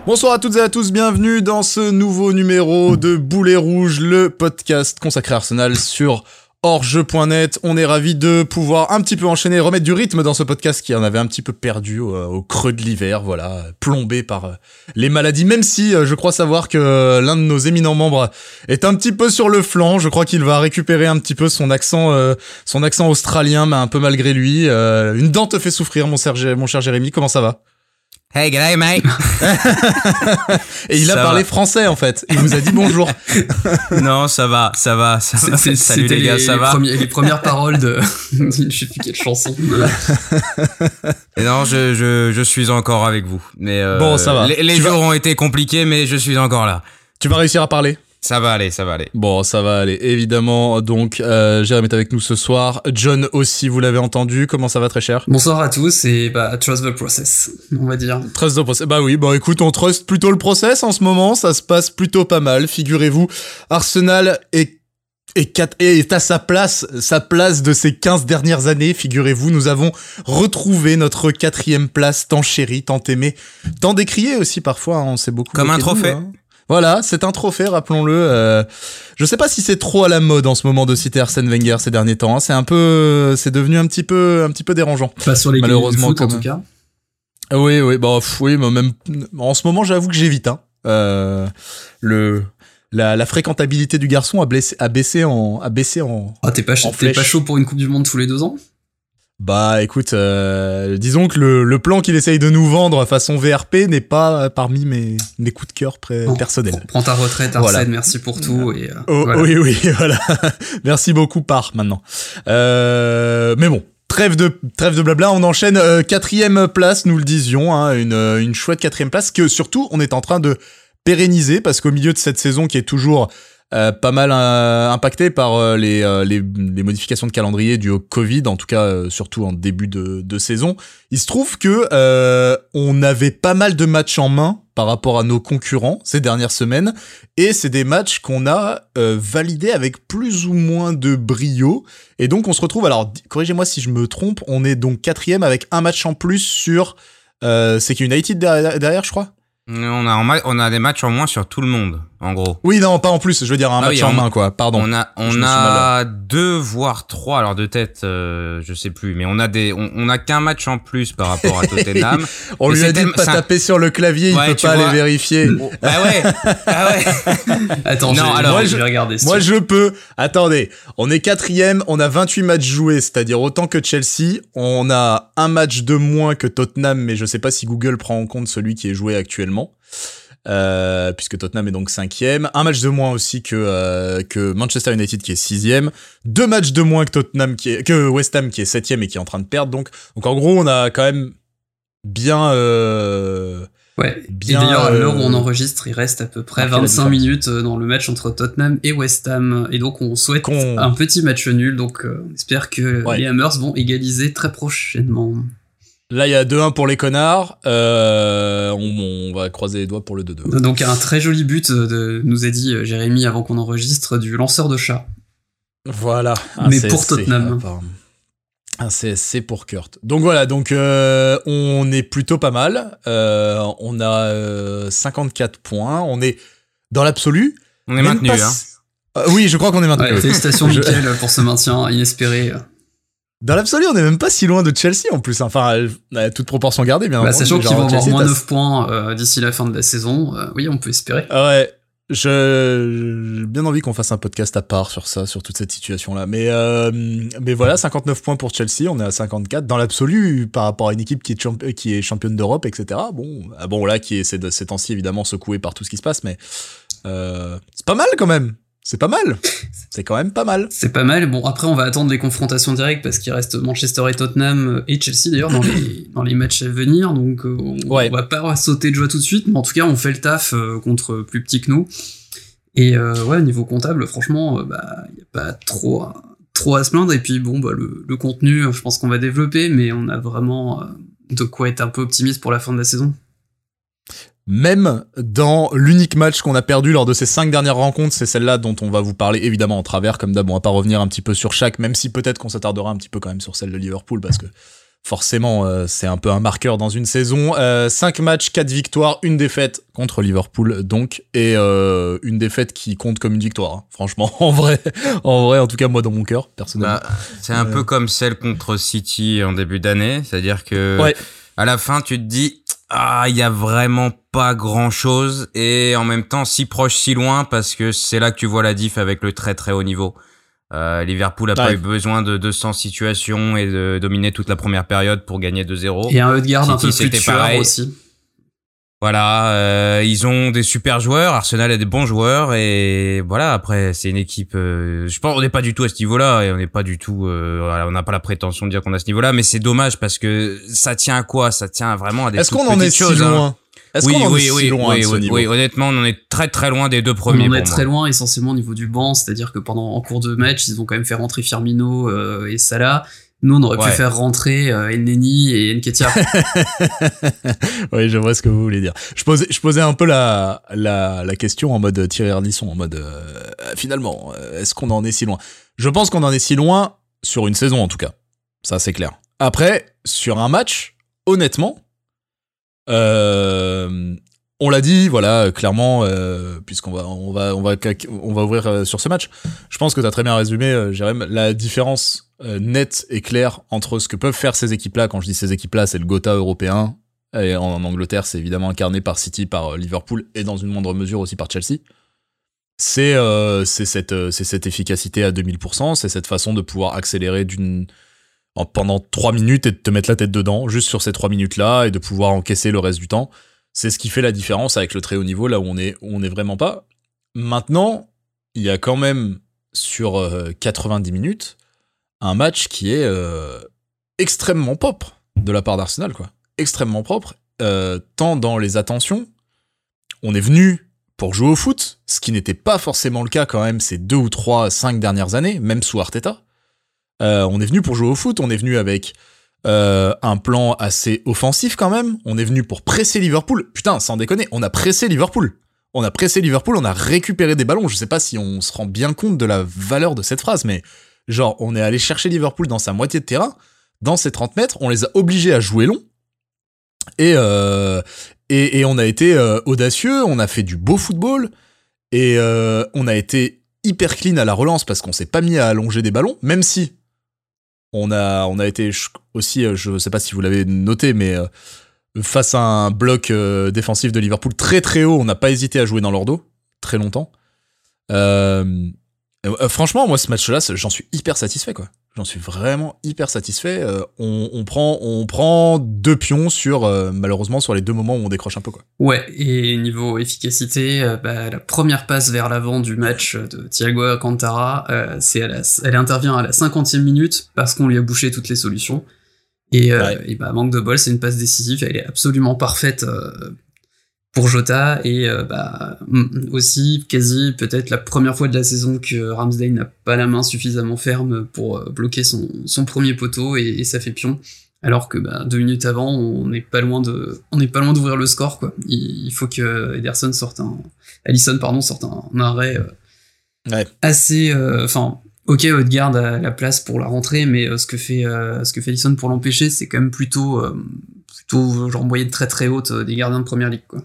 Bonsoir à toutes et à tous, bienvenue dans ce nouveau numéro de Boulet Rouge, le podcast consacré à Arsenal sur hors-jeu.net. On est ravis de pouvoir un petit peu enchaîner, remettre du rythme dans ce podcast qui en avait un petit peu perdu au creux de l'hiver, voilà, plombé par les maladies, même si je crois savoir que l'un de nos éminents membres est un petit peu sur le flanc. Je crois qu'il va récupérer un petit peu son accent australien, mais un peu malgré lui. Une dent te fait souffrir, mon cher Jérémy, comment ça va? Hey, g'day, mate. Et il a parlé français, en fait. Il nous a dit bonjour. Non, ça va. Salut les gars, ça va. Les premières paroles de je sais plus quelle chanson. Et non, je suis encore avec vous. Mais bon, ça va. Les jours ont été compliqués, mais je suis encore là. Tu vas réussir à parler? Ça va aller. Bon, ça va aller, évidemment. Donc, Jérémy est avec nous ce soir. John aussi, vous l'avez entendu. Comment ça va, très cher? Bonsoir à tous et trust the process, on va dire. Trust the process. Bah oui, écoute, on trust plutôt le process en ce moment. Ça se passe plutôt pas mal. Figurez-vous, Arsenal est à sa place de ces 15 dernières années. Figurez-vous, nous avons retrouvé notre 4e place tant chérie, tant aimée, tant décriée aussi parfois. On s'est beaucoup comme un trophée. Voilà, c'est un trophée, rappelons-le. Je sais pas si c'est trop à la mode en ce moment de citer Arsène Wenger ces derniers temps. Hein. C'est devenu un petit peu dérangeant. Pas sur les malheureusement foot, en tout cas. Oui, mais même en ce moment, j'avoue que j'évite. Hein. La fréquentabilité du garçon a baissé en. Ah, t'es pas chaud pour une Coupe du Monde tous les 2 ans? Bah écoute, disons que le plan qu'il essaye de nous vendre façon VRP n'est pas parmi mes coups de cœur personnels. Prends ta retraite, Arsène, voilà. Merci pour tout. Et voilà. Oui, voilà. Merci beaucoup, pars maintenant. Mais bon, trêve de blabla, on enchaîne 4e place, nous le disions, hein, une chouette 4e place que surtout on est en train de pérenniser parce qu'au milieu de cette saison qui est toujours pas mal impacté par les modifications de calendrier dues au Covid, en tout cas surtout en début de saison. Il se trouve que on avait pas mal de matchs en main par rapport à nos concurrents ces dernières semaines, et c'est des matchs qu'on a validés avec plus ou moins de brio, et donc on se retrouve, alors corrigez-moi si je me trompe, on est donc 4e avec un match en plus sur c'est United derrière je crois. On a des matchs en moins sur tout le monde, en gros. Oui, non, pas en plus, je veux dire un match en main, quoi, pardon. On a 2 voire 3, alors de tête, je sais plus, mais on a qu'un match en plus par rapport à Tottenham. On lui a dit de pas taper sur le clavier, il peut pas aller vérifier. Ah ouais. Attends, je vais regarder. Moi, je peux. Attendez, on est 4e, on a 28 matchs joués, c'est-à-dire autant que Chelsea. On a un match de moins que Tottenham, mais je sais pas si Google prend en compte celui qui est joué actuellement. Puisque Tottenham est donc 5e, un match de moins aussi que Manchester United qui est 6e, 2 matchs de moins que West Ham qui est 7e et qui est en train de perdre, donc en gros on a quand même bien et d'ailleurs à l'heure où on enregistre il reste à peu près 25 minutes dans le match entre Tottenham et West Ham, et donc on souhaite un petit match nul, donc on espère que les Hammers vont égaliser très prochainement. Là, il y a 2-1 pour les connards. On va croiser les doigts pour le 2-2. Donc, un très joli but, nous a dit Jérémy avant qu'on enregistre, du lanceur de chat. Voilà. Mais pour Tottenham. Un CSC pour Kurt. Donc voilà, on est plutôt pas mal. On a 54 points. On est dans l'absolu. On est maintenu, oui, je crois qu'on est maintenu. Ouais, félicitations, Mickaël, pour ce maintien inespéré. Dans l'absolu, on est même pas si loin de Chelsea en plus. Enfin, toute proportion gardée, bien entendu. Sachant qu'ils vont avoir moins 9 points d'ici la fin de la saison, oui, on peut espérer. Ouais, j'ai bien envie qu'on fasse un podcast à part sur ça, sur toute cette situation-là. Mais voilà, 59 points pour Chelsea, on est à 54. Dans l'absolu, par rapport à une équipe qui est championne d'Europe, etc. Bon, là, qui est ces temps-ci évidemment secouée par tout ce qui se passe, mais c'est pas mal quand même. C'est pas mal. C'est quand même pas mal. C'est pas mal. Bon, après, on va attendre les confrontations directes parce qu'il reste Manchester et Tottenham et Chelsea d'ailleurs dans les matchs à venir. Donc, on va pas sauter de joie tout de suite. Mais en tout cas, on fait le taf contre plus petits que nous. Et niveau comptable, franchement, y a pas trop à se plaindre. Et puis, le contenu, je pense qu'on va développer, mais on a vraiment de quoi être un peu optimiste pour la fin de la saison. Même dans l'unique match qu'on a perdu lors de ces 5 dernières rencontres, c'est celle-là dont on va vous parler évidemment en travers, comme d'hab. On va pas revenir un petit peu sur chaque, même si peut-être qu'on s'attardera un petit peu quand même sur celle de Liverpool, parce que forcément, c'est un peu un marqueur dans une saison. 5 matchs, 4 victoires, 1 défaite contre Liverpool, donc, et une défaite qui compte comme une victoire. Hein. Franchement, en vrai, en tout cas, moi, dans mon cœur, personnellement. C'est un peu comme celle contre City en début d'année, c'est-à-dire que à la fin, tu te dis... il y a vraiment pas grand-chose et en même temps si proche, si loin parce que c'est là que tu vois la diff avec le très très haut niveau. Liverpool a pas eu besoin de 200 situations et de dominer toute la première période pour gagner 2-0. Et un Odegaard un peu plus tueur aussi. Voilà, ils ont des super joueurs, Arsenal a des bons joueurs et voilà, après c'est une équipe je pense on n'est pas du tout à ce niveau-là et on n'est pas du tout on n'a pas la prétention de dire qu'on est à ce niveau-là, mais c'est dommage parce que ça tient à quoi ? Ça tient vraiment à des Est-ce qu'on en est si loin ? Est-ce qu'on en est si loin à ce niveau ? Oui, honnêtement, on en est très très loin des 2 premiers. On en est très loin essentiellement au niveau du banc, c'est-à-dire que en cours de match, ils ont quand même fait rentrer Firmino et Salah. Nous, on aurait pu faire rentrer El-Neni et Nketiah. Oui, je vois ce que vous voulez dire. Je posais un peu la question en mode Thierry Ardisson, en mode finalement, est-ce qu'on en est si loin ? Je pense qu'on en est si loin sur une saison en tout cas. Ça, c'est clair. Après, sur un match, honnêtement, on l'a dit, voilà, clairement, puisqu'on va ouvrir sur ce match. Je pense que t'as très bien résumé, Jérém, la différence nette et claire entre ce que peuvent faire ces équipes-là. Quand je dis ces équipes-là, c'est le Gotha européen. Et en Angleterre, c'est évidemment incarné par City, par Liverpool et dans une moindre mesure aussi par Chelsea. C'est cette efficacité à 2000%, c'est cette façon de pouvoir accélérer pendant 3 minutes et de te mettre la tête dedans, juste sur ces 3 minutes-là, et de pouvoir encaisser le reste du temps. C'est ce qui fait la différence avec le très haut niveau, là où on est vraiment pas. Maintenant, il y a quand même, sur 90 minutes, un match qui est extrêmement propre de la part d'Arsenal, quoi. Extrêmement propre, tant dans les attentions. On est venu pour jouer au foot, ce qui n'était pas forcément le cas quand même ces 2 ou 3, 5 dernières années, même sous Arteta. On est venu pour jouer au foot, on est venu avec un plan assez offensif quand même, on est venu pour presser Liverpool. Putain, sans déconner, on a pressé Liverpool. On a récupéré des ballons. Je sais pas si on se rend bien compte de la valeur de cette phrase, mais genre, on est allé chercher Liverpool dans sa moitié de terrain, dans ses 30 mètres, on les a obligés à jouer long, et on a été audacieux, on a fait du beau football, et on a été hyper clean à la relance parce qu'on s'est pas mis à allonger des ballons, même si on a été aussi, je sais pas si vous l'avez noté, mais face à un bloc défensif de Liverpool très très haut, on n'a pas hésité à jouer dans leur dos, très longtemps. Franchement, moi, ce match-là, j'en suis hyper satisfait, quoi. J'en suis vraiment hyper satisfait. On prend 2 pions malheureusement, sur les 2 moments où on décroche un peu, quoi. Ouais, et niveau efficacité, la première passe vers l'avant du match de Thiago Alcantara, elle intervient à la 50e minute parce qu'on lui a bouché toutes les solutions. Et manque de bol, c'est une passe décisive, elle est absolument parfaite pour Jota, et aussi quasi peut-être la première fois de la saison que Ramsdale n'a pas la main suffisamment ferme pour bloquer son premier poteau, et ça fait pion, alors que 2 minutes avant on n'est pas loin d'ouvrir le score, quoi. Il faut que Alisson sorte un arrêt assez ok, Odegaard a la place pour la rentrée, mais ce que fait Alisson pour l'empêcher, c'est quand même plutôt genre moyenne très très haute des gardiens de première ligue, quoi.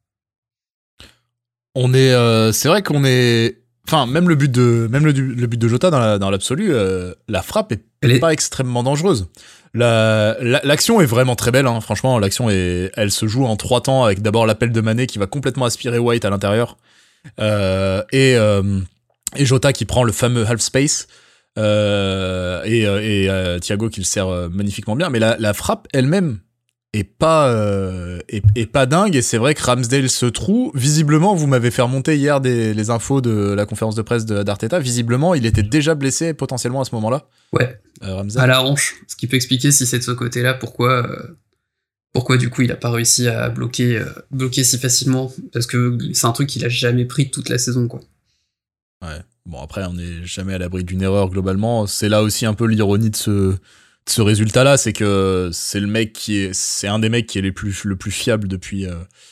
C'est vrai qu'on est, enfin, même le but de Jota dans l'absolu, la frappe est pas extrêmement dangereuse. L'action est vraiment très belle, hein. Franchement, elle se joue en 3 temps, avec d'abord l'appel de Mané qui va complètement aspirer White à l'intérieur, et Jota qui prend le fameux half space, et Thiago qui le sert magnifiquement bien. Mais la frappe elle-même est pas dingue, et c'est vrai que Ramsdale se trouve, visiblement, vous m'avez fait remonter hier les infos de la conférence de presse d'Arteta, visiblement il était déjà blessé potentiellement à ce moment-là. Ouais, Ramsdale. À la hanche, ce qui peut expliquer, si c'est de ce côté-là, pourquoi du coup il a pas réussi à bloquer si facilement, parce que c'est un truc qu'il a jamais pris toute la saison, quoi. Ouais, bon, après on n'est jamais à l'abri d'une erreur globalement, c'est là aussi un peu l'ironie de ce résultat-là, c'est que c'est un des mecs qui est le plus fiable depuis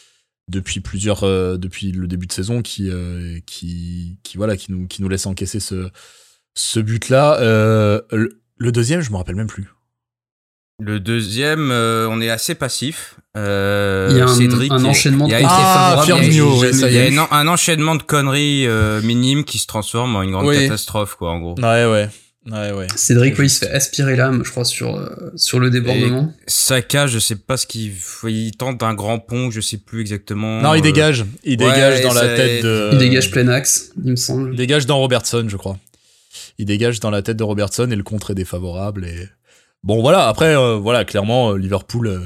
le début de saison, qui nous laisse encaisser ce but-là. Le deuxième, je me rappelle même plus. Le deuxième, on est assez passif. Il y a un enchaînement de il y a un enchaînement de conneries minimes qui se transforment en une grande catastrophe, quoi, en gros. Ouais. Cédric, il se fait aspirer l'âme, je crois, sur le débordement. Et Saka, je sais pas il tente un grand pont, je sais plus exactement. Non, il dégage. Il dégage dans la tête de... Il dégage plein axe, il me semble. Il dégage dans Robertson, je crois. Il dégage dans la tête de Robertson et le contre est défavorable. Et bon, voilà. Après, clairement, Liverpool,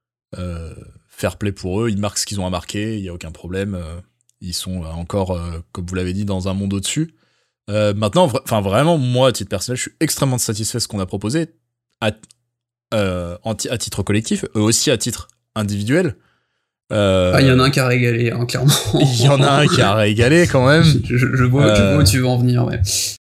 fair play pour eux. Ils marquent ce qu'ils ont à marquer. Il y a aucun problème. Ils sont encore, comme vous l'avez dit, dans un monde au-dessus. Maintenant, vraiment, moi, à titre personnel, je suis extrêmement satisfait de ce qu'on a proposé à titre collectif, eux aussi à titre individuel. Il y en a un qui a régalé, hein, clairement. Il y en a un qui a régalé quand même. Je vois où tu veux en venir, ouais.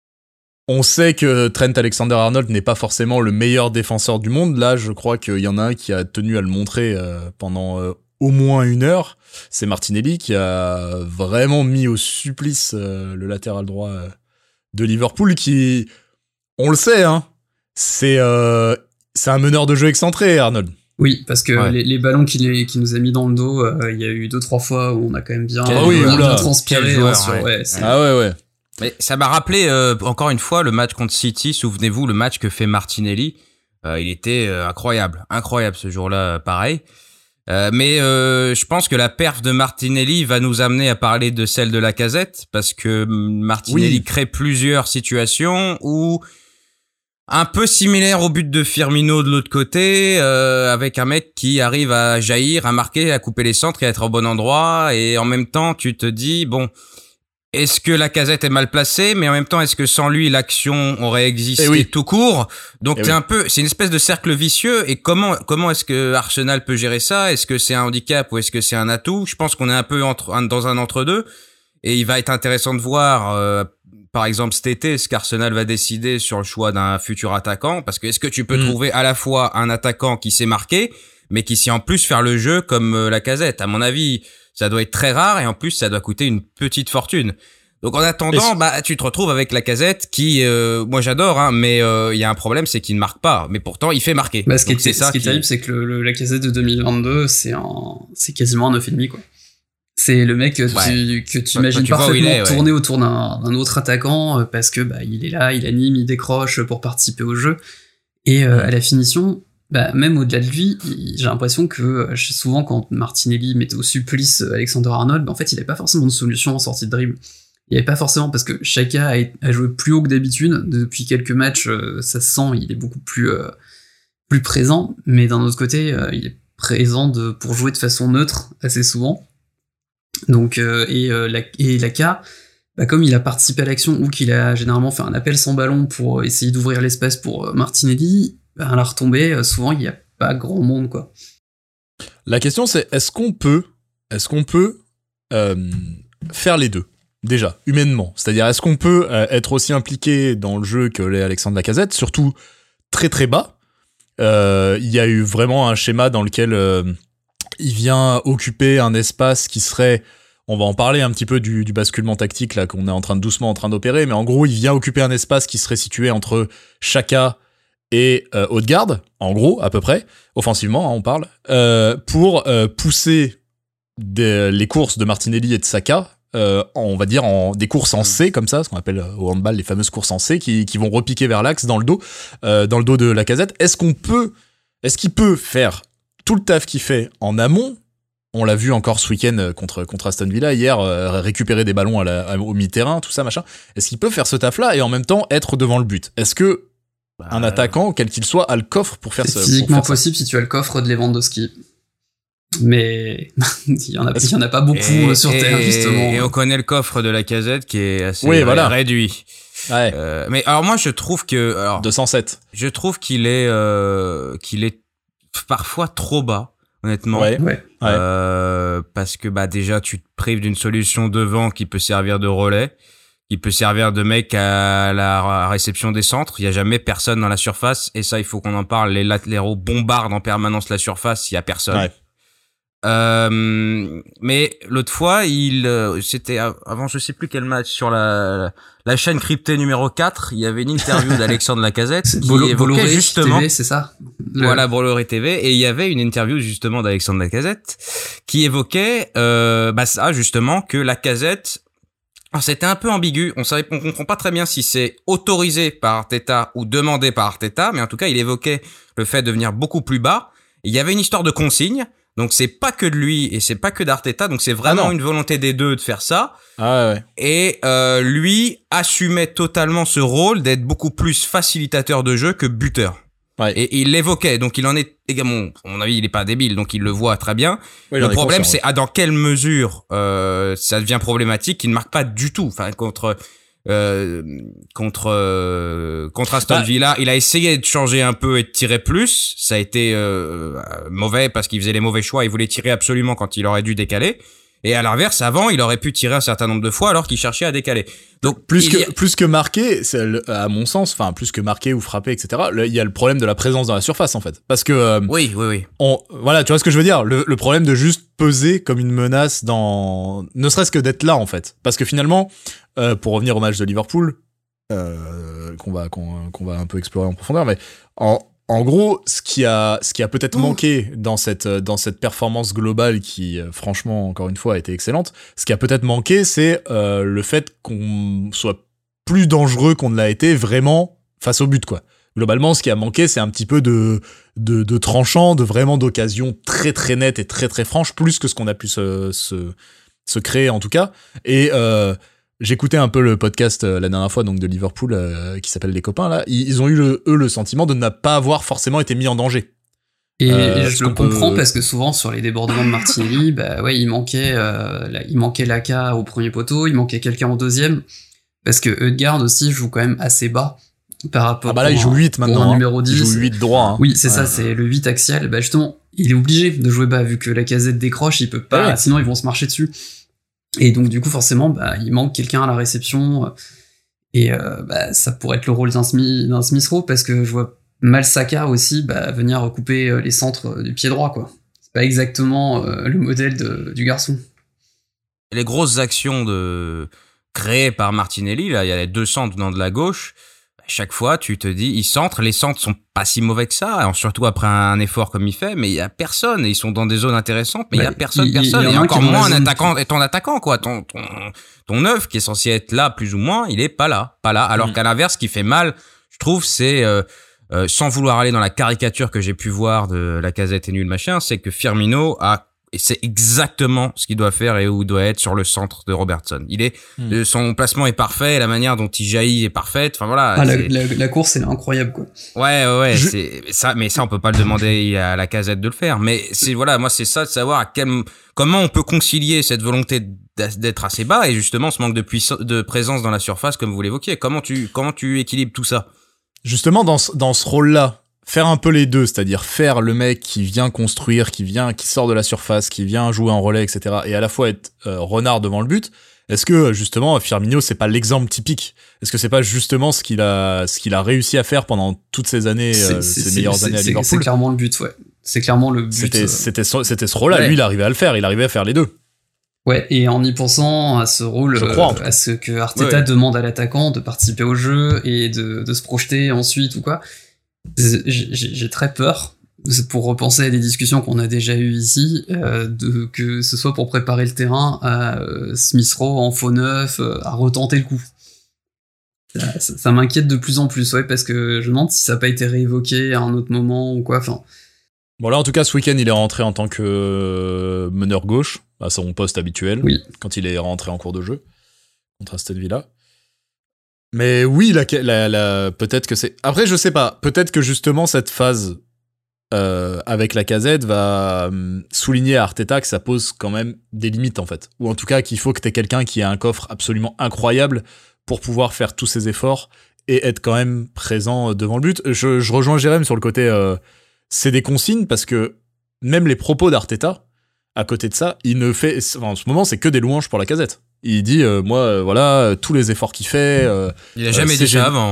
On sait que Trent Alexander-Arnold n'est pas forcément le meilleur défenseur du monde. Là, je crois qu'il y en a un qui a tenu à le montrer pendant au moins 1 heure. C'est Martinelli qui a vraiment mis au supplice le latéral droit de Liverpool, qui, on le sait, hein, c'est un meneur de jeu excentré, Arnold. Oui, parce que les ballons qu'il nous a mis dans le dos, il y a eu 2-3 fois où on a quand même bien transpiré. Ouais. Mais ça m'a rappelé encore une fois le match contre City. Souvenez-vous, le match que fait Martinelli, il était incroyable ce jour-là, pareil. Mais je pense que la perf de Martinelli va nous amener à parler de celle de Lacazette, parce que Martinelli crée plusieurs situations où un peu similaire au but de Firmino de l'autre côté, avec un mec qui arrive à jaillir, à marquer, à couper les centres et à être au bon endroit, et en même temps tu te dis bon, est-ce que Lacazette est mal placé, mais en même temps, est-ce que sans lui, l'action aurait existé tout court? Donc, c'est une espèce de cercle vicieux. Et comment est-ce que Arsenal peut gérer ça? Est-ce que c'est un handicap ou est-ce que c'est un atout? Je pense qu'on est un peu dans un entre-deux. Et il va être intéressant de voir, par exemple, cet été, est-ce qu'Arsenal va décider sur le choix d'un futur attaquant? Parce que est-ce que tu peux trouver à la fois un attaquant qui sait marquer, mais qui sait en plus faire le jeu comme Lacazette? À mon avis, ça doit être très rare et en plus ça doit coûter une petite fortune. Donc en attendant, tu te retrouves avec Lacazette qui, moi j'adore, hein, mais il y a un problème, c'est qu'il ne marque pas. Mais pourtant il fait marquer. Ce qui est terrible, c'est que le Lacazette de 2022, c'est quasiment un 9,5 quoi. C'est le mec que tu imagines parfaitement tourner autour d'un autre attaquant parce que il est là, il anime, il décroche pour participer au jeu. Et à la finition, même au-delà de lui, j'ai l'impression que souvent quand Martinelli mettait au supplice Alexander-Arnold, en fait, il n'avait pas forcément de solution en sortie de dribble. Il n'y avait pas forcément, parce que Xhaka a joué plus haut que d'habitude. Depuis quelques matchs, ça se sent, il est beaucoup plus présent. Mais d'un autre côté, il est présent pour jouer de façon neutre assez souvent. Donc, Laka, comme il a participé à l'action ou qu'il a généralement fait un appel sans ballon pour essayer d'ouvrir l'espace pour Martinelli, à la retombée, souvent il n'y a pas grand monde, quoi. La question c'est, est-ce qu'on peut faire les deux, déjà, humainement? C'est-à-dire, est-ce qu'on peut être aussi impliqué dans le jeu que l'est Alexandre Lacazette, surtout très très bas? Il y a eu vraiment un schéma dans lequel il vient occuper un espace qui serait... On va en parler un petit peu du basculement tactique là qu'on est doucement en train d'opérer, mais en gros, il vient occuper un espace qui serait situé entre Xhaka et Odegaard, en gros, à peu près, offensivement, hein, on parle, pour pousser les courses de Martinelli et de Saka, on va dire des courses en C, comme ça, ce qu'on appelle au handball les fameuses courses en C, qui vont repiquer vers l'axe dans le dos de Lacazette. Est-ce qu'il peut faire tout le taf qu'il fait en amont? On l'a vu encore ce week-end contre Aston Villa hier, récupérer des ballons au mi-terrain, tout ça, machin. Est-ce qu'il peut faire ce taf-là et en même temps être devant le but? Est-ce que un attaquant, quel qu'il soit, a le coffre pour faire ça? C'est physiquement possible si tu as le coffre de Lewandowski. Mais il y en a pas beaucoup sur Terre, justement. Et on connaît le coffre de Lacazette qui est assez réduit. Ouais. Mais alors moi je trouve que 207. Je trouve qu'il est parfois trop bas, honnêtement. Ouais. Parce que déjà tu te prives d'une solution devant qui peut servir de relais, qui peut servir de mec à la réception des centres. Il y a jamais personne dans la surface et ça il faut qu'on en parle. Les latéraux bombardent en permanence la surface, il y a personne. Ouais. Mais l'autre fois, c'était avant, je sais plus quel match, sur la chaîne cryptée numéro 4, il y avait une interview d'Alexandre Lacazette qui évoquait Bolloré justement TV, c'est ça. Voilà, Bolloré TV, et il y avait une interview justement d'Alexandre Lacazette qui évoquait ça justement, que Lacazette, alors c'était un peu ambigu, on comprend pas très bien si c'est autorisé par Arteta ou demandé par Arteta, mais en tout cas, il évoquait le fait de venir beaucoup plus bas. Et il y avait une histoire de consigne. Donc c'est pas que de lui et c'est pas que d'Arteta, donc c'est vraiment une volonté des deux de faire ça. Ah ouais. Et lui assumait totalement ce rôle d'être beaucoup plus facilitateur de jeu que buteur. Ouais. Et il l'évoquait, donc il en est également, à mon avis, il est pas débile, donc il le voit très bien. Ouais, le problème, c'est dans quelle mesure ça devient problématique qu'il ne marque pas du tout. Enfin, contre Aston Villa, il a essayé de changer un peu et de tirer plus. Ça a été mauvais parce qu'il faisait les mauvais choix. Il voulait tirer absolument quand il aurait dû décaler. Et à l'inverse, avant, il aurait pu tirer un certain nombre de fois alors qu'il cherchait à décaler. Donc plus que marquer, à mon sens, enfin plus que marquer ou frapper, etc. Il y a le problème de la présence dans la surface en fait, parce que oui. Voilà, tu vois ce que je veux dire. Le problème de juste peser comme une menace ne serait-ce que d'être là en fait, parce que finalement, pour revenir au match de Liverpool, qu'on va un peu explorer en profondeur, mais en gros, ce qui a peut-être manqué dans cette performance globale qui, franchement, encore une fois, a été excellente, ce qui a peut-être manqué, c'est le fait qu'on soit plus dangereux qu'on ne l'a été vraiment face au but, quoi. Globalement, ce qui a manqué, c'est un petit peu de tranchant, vraiment d'occasions très très nettes et très très franches, plus que ce qu'on a pu se créer en tout cas. Et j'écoutais un peu le podcast la dernière fois donc de Liverpool qui s'appelle Les Copains là. Ils ont eu le sentiment de ne pas avoir forcément été mis en danger. Et je le comprends parce que souvent sur les débordements de Martinelli, il manquait Laka au premier poteau, il manquait quelqu'un au deuxième, parce que Ødegaard aussi joue quand même assez bas par rapport là il joue 8 maintenant, numéro 10. Il joue 8 droit. Hein. Oui, c'est ça, c'est le 8 axial. Justement, il est obligé de jouer bas vu que Lacazette décroche, il peut pas, sinon ils vont se marcher dessus. Et donc du coup forcément il manque quelqu'un à la réception et ça pourrait être le rôle d'un Smith Rowe, parce que je vois mal Saka aussi venir recouper les centres du pied droit, quoi. C'est pas exactement le modèle du garçon. Les grosses actions créées par Martinelli, là il y a les deux centres venant de la gauche. Chaque fois, tu te dis, les centres sont pas si mauvais que ça, surtout après un effort comme il fait, mais il y a personne, et ils sont dans des zones intéressantes, mais il y a personne, et encore moins un attaquant, et ton attaquant, quoi, ton neuf, qui est censé être là, plus ou moins, il est pas là, alors qu'à l'inverse, ce qui fait mal, je trouve, c'est, sans vouloir aller dans la caricature que j'ai pu voir de Lacazette et nul machin, c'est que Firmino et c'est exactement ce qu'il doit faire et où il doit être sur le centre de Robertson. Son placement est parfait, la manière dont il jaillit est parfaite. Enfin voilà. La course elle est incroyable, quoi. Ouais. Mais ça on peut pas le demander à Lacazette de le faire. Mais moi c'est ça, de savoir comment on peut concilier cette volonté d'être assez bas et justement ce manque de présence dans la surface comme vous l'évoquiez. Comment tu équilibres tout ça? Justement dans ce rôle-là. Faire un peu les deux, c'est-à-dire faire le mec qui vient construire, qui sort de la surface, qui vient jouer en relais, etc. et à la fois être renard devant le but. Est-ce que justement Firmino c'est pas l'exemple typique? Est-ce que c'est pas justement ce qu'il a réussi à faire pendant toutes ces années, ces meilleures années à Liverpool? C'est clairement le but, ouais. C'est clairement le but. C'était ce rôle-là, lui il arrivait à le faire, il arrivait à faire les deux. Ouais, et en y pensant à ce rôle, à ce que Arteta demande à l'attaquant de participer au jeu et de se projeter ensuite ou quoi. J'ai très peur, pour repenser à des discussions qu'on a déjà eues ici, que ce soit pour préparer le terrain à Smith Rowe en faux neuf, à retenter le coup. Ça m'inquiète de plus en plus, parce que je me demande si ça n'a pas été réévoqué à un autre moment ou quoi. Bon là en tout cas ce week-end il est rentré en tant que meneur gauche, à son poste habituel, quand il est rentré en cours de jeu contre Aston Villa. Mais oui, peut-être que c'est... Après, je sais pas. Peut-être que justement, cette phase avec Lacazette va souligner à Arteta que ça pose quand même des limites, en fait. Ou en tout cas, qu'il faut que t'aies quelqu'un qui a un coffre absolument incroyable pour pouvoir faire tous ces efforts et être quand même présent devant le but. Je rejoins Jérém sur le côté... c'est des consignes, parce que même les propos d'Arteta, à côté de ça, en ce moment, c'est que des louanges pour Lacazette. Il dit, voilà, tous les efforts qu'il fait... il a jamais dit ça avant. Hein.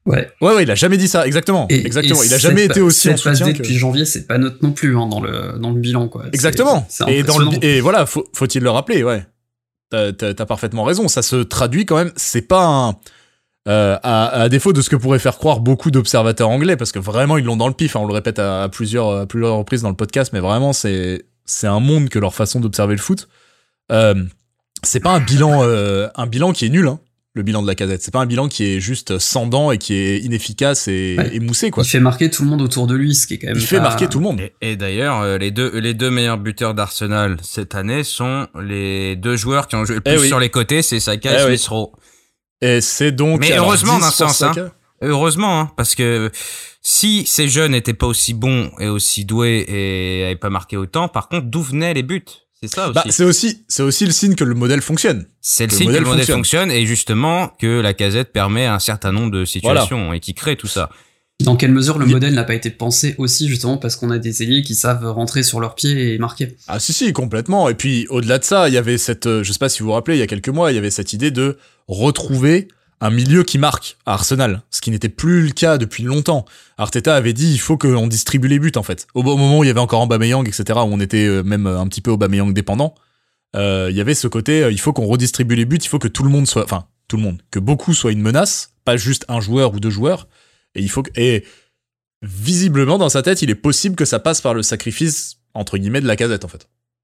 Ouais, il a jamais dit ça, exactement. Exactement. Il a jamais été aussi en soutien que... depuis janvier, c'est pas notre non plus dans le bilan, quoi. Exactement. Et voilà, faut-il le rappeler, ouais. T'as parfaitement raison. Ça se traduit quand même. C'est pas à défaut de ce que pourraient faire croire beaucoup d'observateurs anglais, parce que vraiment ils l'ont dans le pif. Hein, on le répète à plusieurs reprises dans le podcast, mais vraiment c'est un monde que leur façon d'observer le foot. C'est pas un bilan qui est nul. Hein. Le bilan de Lacazette, c'est pas un bilan qui est juste sans dents et qui est inefficace et moussé, quoi. Il fait marquer tout le monde autour de lui, ce qui est quand même. Il fait marquer tout le monde. Et d'ailleurs, les deux meilleurs buteurs d'Arsenal cette année sont les deux joueurs qui ont joué le plus sur les côtés, c'est Saka et Smith Rowe. Et c'est donc. Mais heureusement d'un sens, hein. Heureusement, hein, parce que si ces jeunes n'étaient pas aussi bons et aussi doués et n'avaient pas marqué autant, par contre, d'où venaient les buts? C'est ça aussi. C'est aussi le signe que le modèle fonctionne. C'est le signe que le modèle fonctionne et justement que Lacazette permet un certain nombre de situations et qui crée tout ça. Dans quelle mesure le modèle n'a pas été pensé aussi justement parce qu'on a des ailiers qui savent rentrer sur leurs pieds et marquer? Ah si, complètement. Et puis au-delà de ça, il y avait cette, je sais pas si vous vous rappelez, il y a quelques mois, il y avait cette idée de retrouver un milieu qui marque à Arsenal, ce qui n'était plus le cas depuis longtemps. Arteta avait dit il faut qu'on distribue les buts en fait. Au moment où il y avait encore Aubameyang, etc., où on était même un petit peu Aubameyang dépendant, il y avait ce côté il faut qu'on redistribue les buts, il faut que tout le monde soit, enfin tout le monde, que beaucoup soient une menace, pas juste un joueur ou deux joueurs. Et visiblement dans sa tête, il est possible que ça passe par le sacrifice entre guillemets de Lacazette en fait.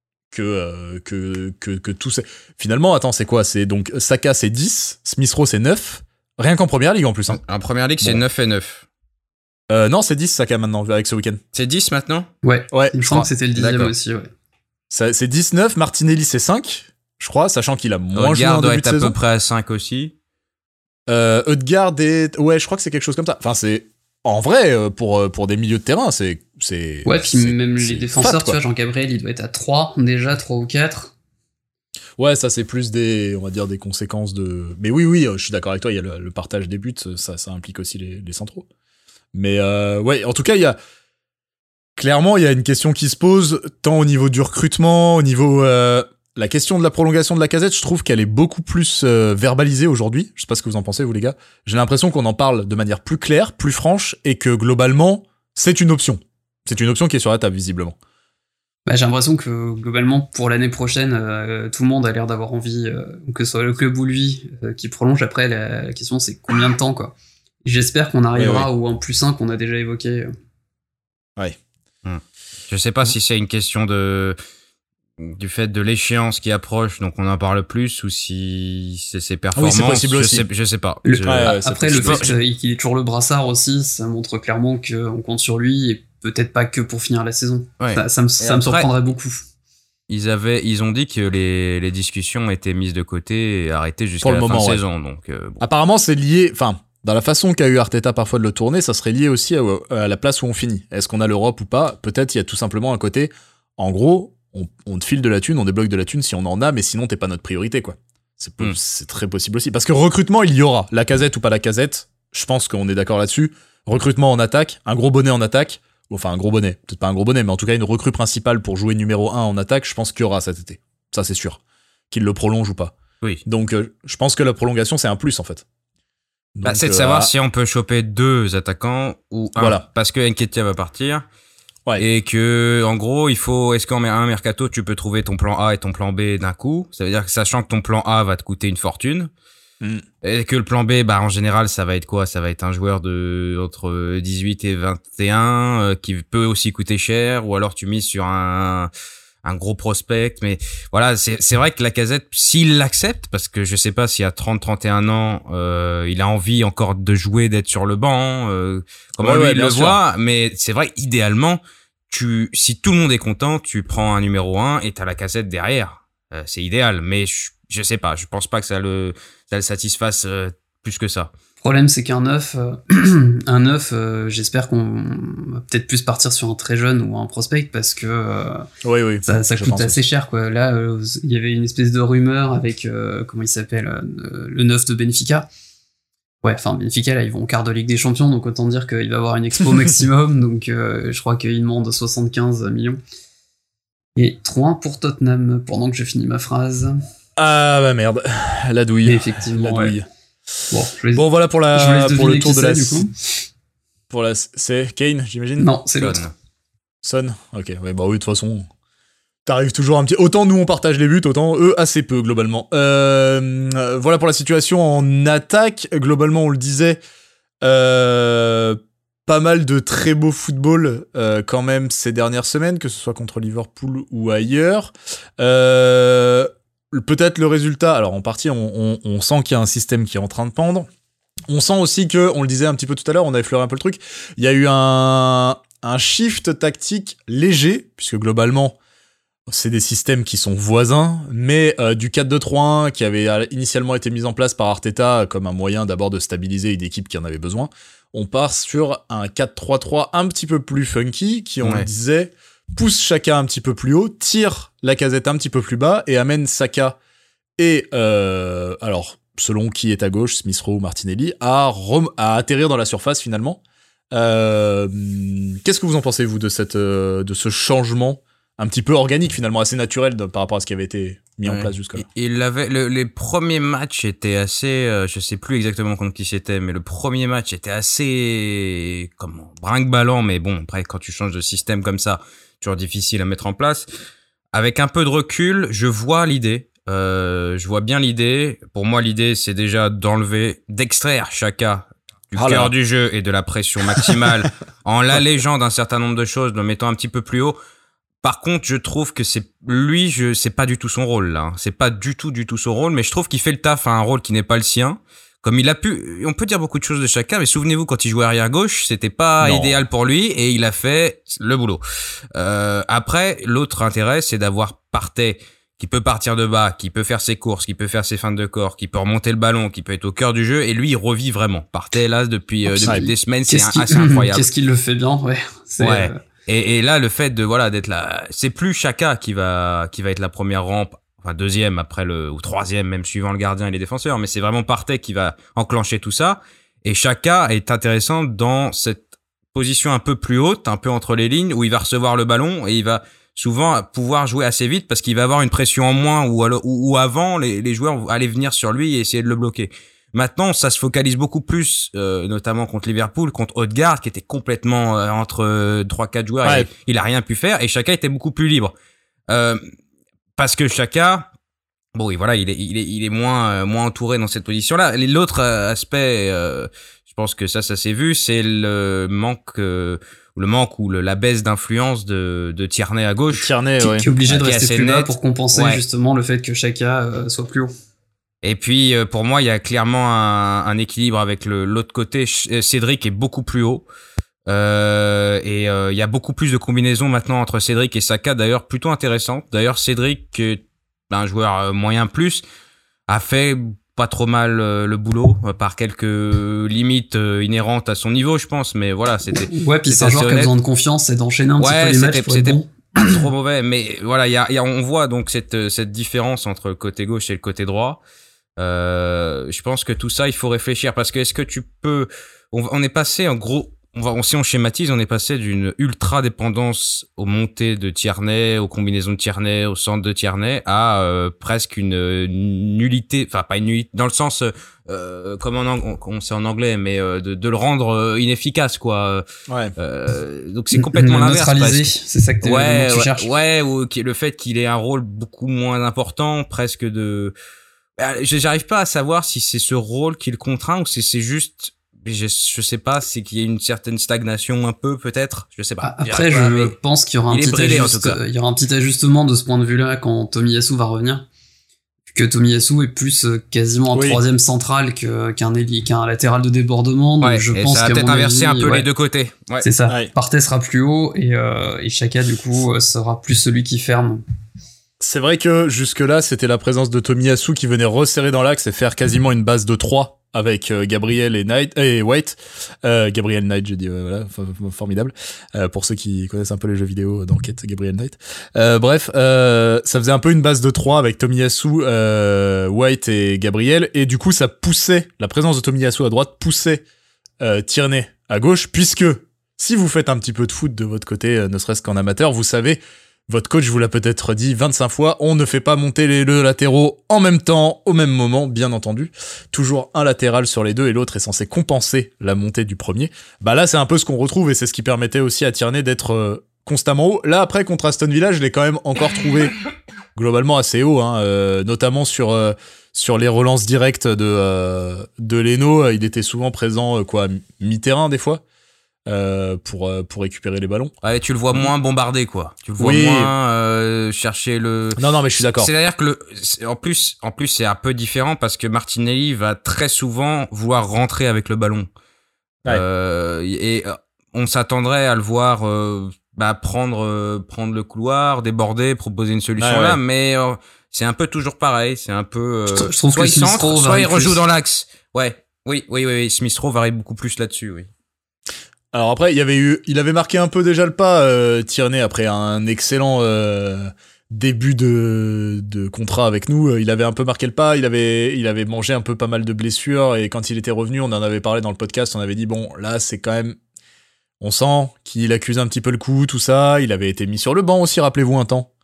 Que tout c'est finalement attends c'est quoi, c'est donc Saka c'est 10, Smith Rowe c'est 9, rien qu'en première ligue en plus hein. En première ligue c'est 9 et 9. Non c'est 10 Saka maintenant avec ce week-end. C'est 10 maintenant? Ouais, je crois que c'était le 10e aussi, ouais. C'est 19, Martinelli c'est 5, je crois, sachant qu'il a moins joué en début de saison. Doit être à peu près à 5 aussi. Ødegaard ouais je crois que c'est quelque chose comme ça, enfin c'est en vrai pour des milieux de terrain c'est ouais, puis même les défenseurs, tu vois, Jean-Gabriel, il doit être à 3 déjà, 3 ou 4. Ouais, ça c'est plus on va dire des conséquences de... Mais oui, je suis d'accord avec toi, il y a le partage des buts, ça implique aussi les centraux. Mais ouais, en tout cas, il y a une question qui se pose, tant au niveau du recrutement, au niveau... La question de la prolongation de Lacazette, je trouve qu'elle est beaucoup plus verbalisée aujourd'hui. Je sais pas ce que vous en pensez, vous les gars. J'ai l'impression qu'on en parle de manière plus claire, plus franche, et que globalement, c'est une option. C'est une option qui est sur la table, visiblement. Bah, j'ai l'impression que, globalement, pour l'année prochaine, tout le monde a l'air d'avoir envie, que ce soit le club ou lui, qui prolonge. Après, la question, c'est combien de temps, quoi. J'espère qu'on arrivera au 1+1 qu'on a déjà évoqué. Ouais. Je sais pas si c'est une question du fait de l'échéance qui approche, donc on en parle plus, ou si c'est ses performances. Oui, c'est possible aussi. Je sais pas. Après, le fait qu'il ait toujours le brassard aussi, ça montre clairement qu'on compte sur lui, et peut-être pas que pour finir la saison. Ouais. Ça me surprendrait beaucoup. Ils ont dit que les discussions étaient mises de côté et arrêtées jusqu'à la fin de saison. Donc, bon. Apparemment, c'est lié, enfin, dans la façon qu'a eu Arteta parfois de le tourner, ça serait lié aussi à la place où on finit. Est-ce qu'on a l'Europe ou pas? Peut-être il y a tout simplement un côté, en gros, on te file de la thune, on débloque de la thune si on en a, mais sinon t'es pas notre priorité, quoi. C'est très possible aussi. Parce que recrutement, il y aura. Lacazette ou pas Lacazette, je pense qu'on est d'accord là-dessus. Recrutement en attaque, un gros bonnet en attaque, enfin un gros bonnet, peut-être pas un gros bonnet, mais en tout cas une recrue principale pour jouer numéro 1 en attaque, je pense qu'il y aura cet été. Ça c'est sûr. Qu'il le prolonge ou pas. Oui. Donc je pense que la prolongation c'est un plus en fait. Donc, c'est de savoir si on peut choper 2 attaquants ou un, voilà. Parce que Nketiah va partir. Ouais. Et que, en gros, est-ce qu'en un mercato, tu peux trouver ton plan A et ton plan B d'un coup? Ça veut dire que sachant que ton plan A va te coûter une fortune. Et que le plan B, en général, ça va être quoi? Ça va être un joueur entre 18 et 21, qui peut aussi coûter cher, ou alors tu mises sur un gros prospect. Mais voilà, c'est vrai que Lacazette, s'il l'accepte, parce que je sais pas s'il a 30-31 ans, il a envie encore de jouer, d'être sur le banc, comment lui il le voit, mais c'est vrai, idéalement, si tout le monde est content, tu prends un numéro 1 et t'as Lacazette derrière. C'est idéal, mais je sais pas, je pense pas que ça le satisfasse plus que ça. Le problème, c'est qu'un neuf, j'espère qu'on va peut-être plus partir sur un très jeune ou un prospect parce que ça coûte assez cher, quoi. Là, il y avait une espèce de rumeur avec comment il s'appelle, le neuf de Benfica. Ouais, enfin Benfica là, ils vont au quart de Ligue des Champions, donc autant dire qu'il va avoir une expo maximum. Donc je crois qu'il demande 75 millions. Et 3-1 pour Tottenham pendant que je finis ma phrase. Ah bah merde, la douille. Et effectivement, la douille. Bon, voilà pour le tour de la. Du coup. C'est Kane, j'imagine. Non, c'est l'autre. Son. Ok. Ouais, bah oui, de toute façon. T'arrives toujours un petit... Autant nous on partage les buts, autant eux assez peu globalement. Voilà pour la situation en attaque. Globalement on le disait, pas mal de très beau football quand même ces dernières semaines, que ce soit contre Liverpool ou ailleurs. Peut-être le résultat, alors en partie on sent qu'il y a un système qui est en train de pendre. On sent aussi que, on le disait un petit peu tout à l'heure, on a effleuré un peu le truc, il y a eu un shift tactique léger, puisque globalement c'est des systèmes qui sont voisins, mais du 4-2-3-1 qui avait initialement été mis en place par Arteta comme un moyen d'abord de stabiliser une équipe qui en avait besoin, on part sur un 4-3-3 un petit peu plus funky, qui on le disait, pousse Xhaka un petit peu plus haut, tire Lacazette un petit peu plus bas, et amène Saka et, alors, selon qui est à gauche, Smith Rowe ou Martinelli, à atterrir dans la surface finalement. Qu'est-ce que vous en pensez, vous, de ce changement un petit peu organique finalement, assez naturel par rapport à ce qui avait été mis en place jusque-là? Les premiers matchs étaient assez, je sais plus exactement contre qui c'était, mais le premier match était assez, brinque-ballant, mais bon, après quand tu changes de système comme ça, toujours difficile à mettre en place. Avec un peu de recul, je vois l'idée. Je vois bien l'idée. Pour moi, l'idée, c'est déjà d'extraire Xhaka du cœur du jeu et de la pression maximale en l'allégeant d'un certain nombre de choses, le mettant un petit peu plus haut. Par contre, je trouve que c'est pas du tout son rôle, là. C'est pas du tout son rôle, mais je trouve qu'il fait le taf à un rôle qui n'est pas le sien. Comme on peut dire beaucoup de choses de Xhaka, mais souvenez-vous, quand il jouait arrière gauche, c'était pas idéal pour lui, et il a fait le boulot. Après, l'autre intérêt, c'est d'avoir Partey, qui peut partir de bas, qui peut faire ses courses, qui peut faire ses feintes de corps, qui peut remonter le ballon, qui peut être au cœur du jeu, et lui, il revit vraiment. Partey, là, depuis des semaines, c'est assez incroyable. Qu'est-ce qu'il le fait bien, ouais. Et là, le fait d'être là, c'est plus Xhaka qui va être la première rampe, enfin deuxième après ou troisième, même suivant le gardien et les défenseurs, mais c'est vraiment Partey qui va enclencher tout ça. Et Xhaka est intéressant dans cette position un peu plus haute, un peu entre les lignes, où il va recevoir le ballon et il va souvent pouvoir jouer assez vite parce qu'il va avoir une pression en moins, ou avant, les joueurs allaient venir sur lui et essayer de le bloquer. Maintenant, ça se focalise beaucoup plus, notamment contre Liverpool, contre Odegaard, qui était complètement entre 3-4 joueurs, et il a rien pu faire, et Xhaka était beaucoup plus libre. Parce que Xhaka, bon, et voilà, il est moins entouré dans cette position-là. L'autre aspect, je pense que ça s'est vu, c'est le manque ou la baisse d'influence de Tierney à gauche. Tierney, qui est obligé de rester plus bas pour compenser justement le fait que Xhaka soit plus haut. Et puis, pour moi, il y a clairement un équilibre avec l'autre côté. Cédric est beaucoup plus haut. Il y a beaucoup plus de combinaisons maintenant entre Cédric et Saka, d'ailleurs, plutôt intéressantes. D'ailleurs, Cédric, qui est un joueur moyen plus, a fait pas trop mal le boulot, par quelques limites inhérentes à son niveau, je pense. Mais voilà, c'était... Ouais, puis c'est un joueur qui a besoin de confiance et d'enchaîner un petit peu les matchs pour être bon. Pas trop mauvais. Mais voilà, on voit donc cette différence entre le côté gauche et le côté droit. Je pense que tout ça, il faut réfléchir, parce que est-ce que tu peux, on est passé en gros, si on schématise, on est passé d'une ultra dépendance aux montées de Tierney, aux combinaisons de Tierney, au centre de Tierney, à presque une nullité, enfin pas une nullité, dans le sens comme on sait en anglais, mais de le rendre inefficace, quoi. Donc c'est complètement l'inverse. Neutralisé, c'est ça que tu cherches. Ouais, ou le fait qu'il ait un rôle beaucoup moins important, presque de... J'arrive pas à savoir si c'est ce rôle qui le contraint ou si c'est juste, je sais pas, c'est qu'il y a une certaine stagnation un peu, peut-être, je sais pas. Après, je pense qu'il y aura un petit ajustement de ce point de vue-là quand Tomiyasu va revenir. Que Tomiyasu est plus quasiment un troisième central qu'un latéral de débordement. Donc je pense ça va peut-être inverser un peu les deux côtés. Ouais. C'est ça. Partey sera plus haut et Xhaka, du coup, sera plus celui qui ferme. C'est vrai que jusque-là, c'était la présence de Tomiyasu qui venait resserrer dans l'axe et faire quasiment une base de 3 avec Gabriel et White. Gabriel Knight, j'ai dit, voilà, formidable. Pour ceux qui connaissent un peu les jeux vidéo d'enquête, Gabriel Knight. Bref, ça faisait un peu une base de 3 avec Tomiyasu, White et Gabriel. Et du coup, ça poussait, la présence de Tomiyasu à droite poussait Tierney à gauche, puisque si vous faites un petit peu de foot de votre côté, ne serait-ce qu'en amateur, vous savez Votre coach vous l'a peut-être dit 25 fois, on ne fait pas monter les deux latéraux en même temps, au même moment, bien entendu. Toujours un latéral sur les deux et l'autre est censé compenser la montée du premier. Bah là, c'est un peu ce qu'on retrouve et c'est ce qui permettait aussi à Tierney d'être constamment haut. Là, après, contre Aston Villa, je l'ai quand même encore trouvé globalement assez haut, notamment sur les relances directes de Leno. Il était souvent présent, mi-terrain des fois. Pour récupérer les ballons. Ouais, tu le vois moins bombardé, quoi. Tu le vois moins chercher le. Non, mais je suis d'accord. C'est-à-dire que en plus, c'est un peu différent parce que Martinelli va très souvent vouloir rentrer avec le ballon. Ouais. Et on s'attendrait à le voir prendre le couloir, déborder, proposer une solution là, mais c'est un peu toujours pareil. C'est un peu je trouve soit que il centre, soit il rejoue dans l'axe. Ouais. Oui. Smith Rowe varie beaucoup plus là-dessus, oui. Alors après, il avait marqué un peu déjà le pas, Tierney, après un excellent début de contrat avec nous. Il avait un peu marqué le pas, il avait mangé un peu pas mal de blessures, et quand il était revenu, on en avait parlé dans le podcast, on avait dit, bon, là, c'est quand même... On sent qu'il accuse un petit peu le coup, tout ça. Il avait été mis sur le banc aussi, rappelez-vous, un temps.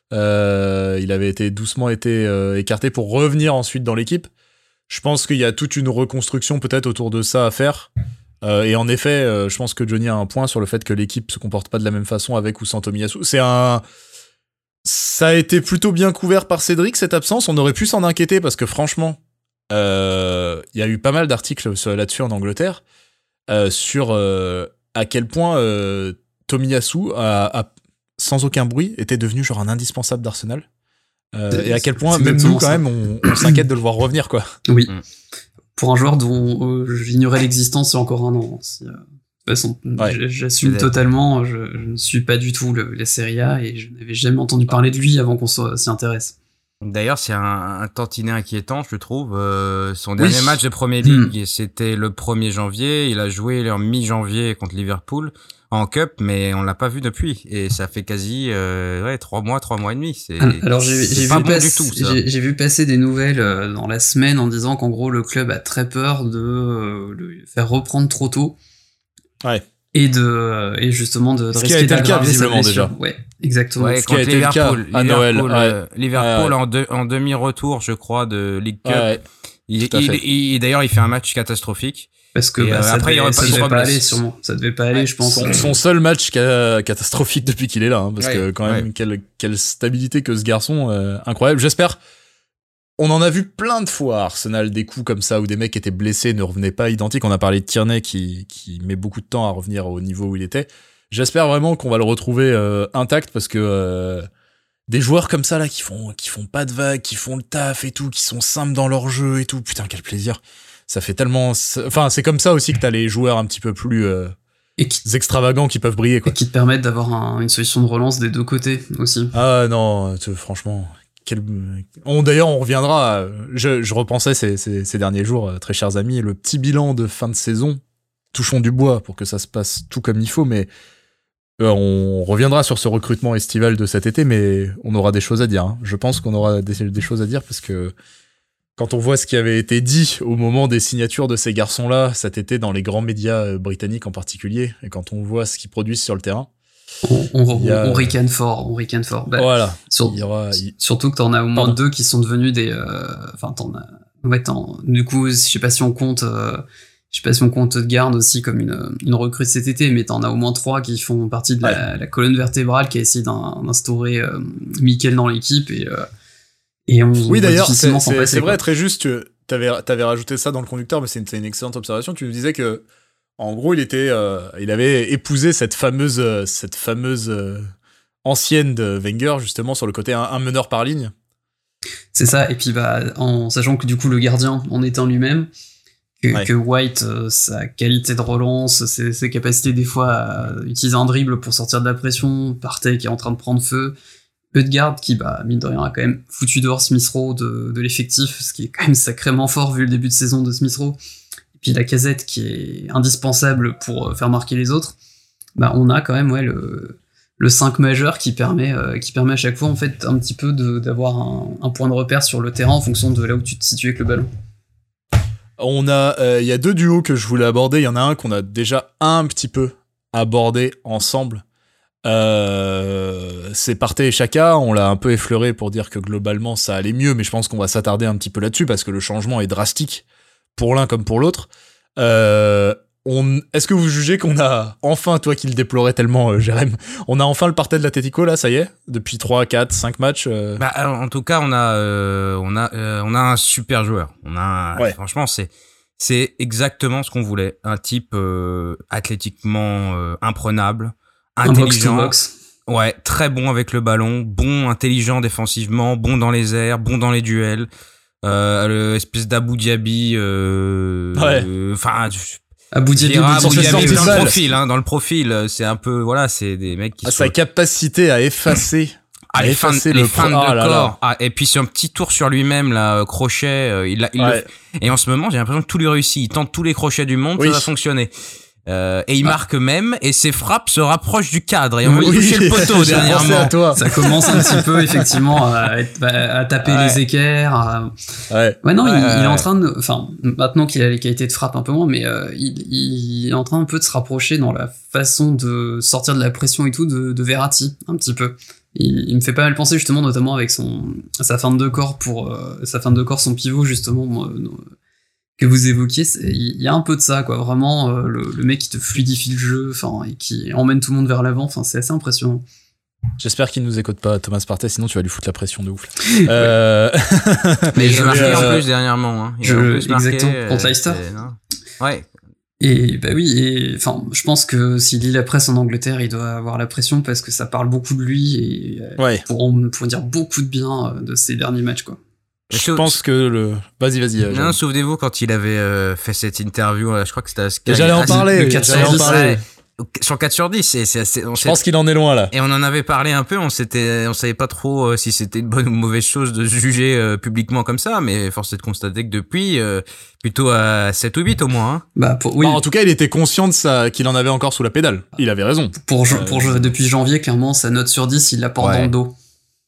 Il avait doucement été écarté pour revenir ensuite dans l'équipe. Je pense qu'il y a toute une reconstruction peut-être autour de ça à faire. Et en effet, je pense que Johnny a un point sur le fait que l'équipe se comporte pas de la même façon avec ou sans Tomiyasu. Ça a été plutôt bien couvert par Cédric, cette absence. On aurait pu s'en inquiéter parce que franchement, il y a eu pas mal d'articles là-dessus en Angleterre sur à quel point Tomiyasu sans aucun bruit était devenu genre un indispensable d'Arsenal. Et à quel point même nous quand même on s'inquiète de le voir revenir, quoi. Oui. Pour un joueur dont j'ignorais l'existence il y a encore un an. De toute façon, j'assume totalement, je ne suis pas du tout la Serie A et je n'avais jamais entendu parler de lui avant qu'on s'y intéresse. D'ailleurs, c'est un tantinet inquiétant, je trouve. Son dernier match de Premier League, c'était le 1er janvier. Il a joué en mi-janvier contre Liverpool en Cup, mais on l'a pas vu depuis. Et ça fait quasi 3 mois et demi. Alors j'ai vu passer des nouvelles dans la semaine en disant qu'en gros le club a très peur de le faire reprendre trop tôt. Ouais. Et justement de risquer d'aggraver sa blessure. Ouais, exactement. Ouais, contre Liverpool à Noël. Liverpool en demi-retour, je crois, de League Cup. Ouais, d'ailleurs, il fait un match catastrophique. Parce que ça devait pas aller, je pense. Son seul match catastrophique depuis qu'il est là, parce que quand même, quelle stabilité que ce garçon, incroyable. J'espère. On en a vu plein de fois à Arsenal, des coups comme ça où des mecs étaient blessés, ne revenaient pas identiques. On a parlé de Tierney qui met beaucoup de temps à revenir au niveau où il était. J'espère vraiment qu'on va le retrouver intact, parce que des joueurs comme ça là qui font pas de vagues, qui font le taf et tout, qui sont simples dans leur jeu et tout, putain quel plaisir. Ça fait tellement... Enfin, c'est comme ça aussi que t'as les joueurs un petit peu plus extravagants qui peuvent briller, quoi. Et qui te permettent d'avoir une solution de relance des deux côtés aussi. Ah non, franchement... D'ailleurs, on reviendra. Je repensais ces derniers jours, très chers amis, le petit bilan de fin de saison. Touchons du bois pour que ça se passe tout comme il faut, mais on reviendra sur ce recrutement estival de cet été, mais on aura des choses à dire. Hein. Je pense qu'on aura des choses à dire parce que quand on voit ce qui avait été dit au moment des signatures de ces garçons-là cet été dans les grands médias britanniques en particulier, et quand on voit ce qu'ils produisent sur le terrain, on ricane fort. Bah, voilà. Surtout que t'en as au moins deux qui sont devenus des. Du coup, je sais pas si on compte Odegaard aussi comme une recrue cet été, mais t'en as au moins 3 qui font partie de la colonne vertébrale qui a essayé d'instaurer Mikel dans l'équipe et on. Oui, d'ailleurs, c'est vrai, très juste. T'avais rajouté ça dans le conducteur, mais c'est une excellente observation. Tu nous disais que en gros, il avait épousé cette fameuse ancienne de Wenger, justement, sur le côté un meneur par ligne. C'est ça, et puis en sachant que du coup, le gardien en est un lui-même, que White, sa qualité de relance, ses capacités des fois à utiliser un dribble pour sortir de la pression, Partey qui est en train de prendre feu, Odegaard qui, mine de rien, a quand même foutu dehors Smith Rowe de l'effectif, ce qui est quand même sacrément fort vu le début de saison de Smith Rowe. Puis Lacazette qui est indispensable pour faire marquer les autres, on a quand même le 5 majeur qui permet à chaque fois en fait un petit peu d'avoir un point de repère sur le terrain en fonction de là où tu te situes avec le ballon. Il y a 2 duos que je voulais aborder. Il y en a un qu'on a déjà un petit peu abordé ensemble. C'est Partey et Xhaka, on l'a un peu effleuré pour dire que globalement ça allait mieux, mais je pense qu'on va s'attarder un petit peu là-dessus parce que le changement est drastique pour l'un comme pour l'autre. Est-ce que vous jugez qu'on a enfin, toi qui le déplorais tellement, Jérém, on a enfin le Partey de l'Atlético là, ça y est, depuis 3, 4, 5 matchs En tout cas, on a un super joueur. Franchement, c'est exactement ce qu'on voulait. Un type athlétiquement imprenable, intelligent. Box. Ouais, très bon avec le ballon, bon, intelligent défensivement, bon dans les airs, bon dans les duels. Espèce d'Abou Diaby. Abou Diaby dans le profil, c'est un peu, voilà, c'est des mecs qui sont... Sa capacité à effacer... les fins de corps. Et puis sur un petit tour sur lui-même, là, crochet, et en ce moment, j'ai l'impression que tout lui réussit. Il tente tous les crochets du monde, ça va fonctionner. Et il marque même, et ses frappes se rapprochent du cadre, et on va toucher le poteau dernièrement. Ça commence un petit peu, effectivement, à taper les équerres. Il est en train de, maintenant qu'il a les qualités de frappe un peu moins, mais il est en train un peu de se rapprocher dans la façon de sortir de la pression et tout de Verratti, un petit peu. Il me fait pas mal penser, justement, notamment avec sa fin de corps son pivot, justement, que vous évoquiez, il y a un peu de ça, quoi. Vraiment, le mec qui te fluidifie le jeu, et qui emmène tout le monde vers l'avant. C'est assez impressionnant. J'espère qu'il nous écoute pas, Thomas Partey, sinon tu vas lui foutre la pression de ouf. Mais il a marqué en plus dernièrement. Exactement, contre Leicester. Ouais. Et je pense que s'il lit la presse en Angleterre, il doit avoir la pression parce que ça parle beaucoup de lui et pour dire beaucoup de bien de ses derniers matchs, quoi. Je pense que Vas-y. Non, souvenez-vous quand il avait fait cette interview, je crois que c'était à Sky. J'allais en parler. Sur 4 sur 10, c'est assez, je pense qu'il en est loin, là. Et on en avait parlé un peu, on savait pas trop si c'était une bonne ou mauvaise chose de se juger publiquement comme ça, mais force est de constater que depuis, plutôt à 7 ou 8 au moins, hein. En tout cas, il était conscient de ça, qu'il en avait encore sous la pédale. Il avait raison. Depuis janvier, clairement, sa note sur 10, il la porte dans le dos.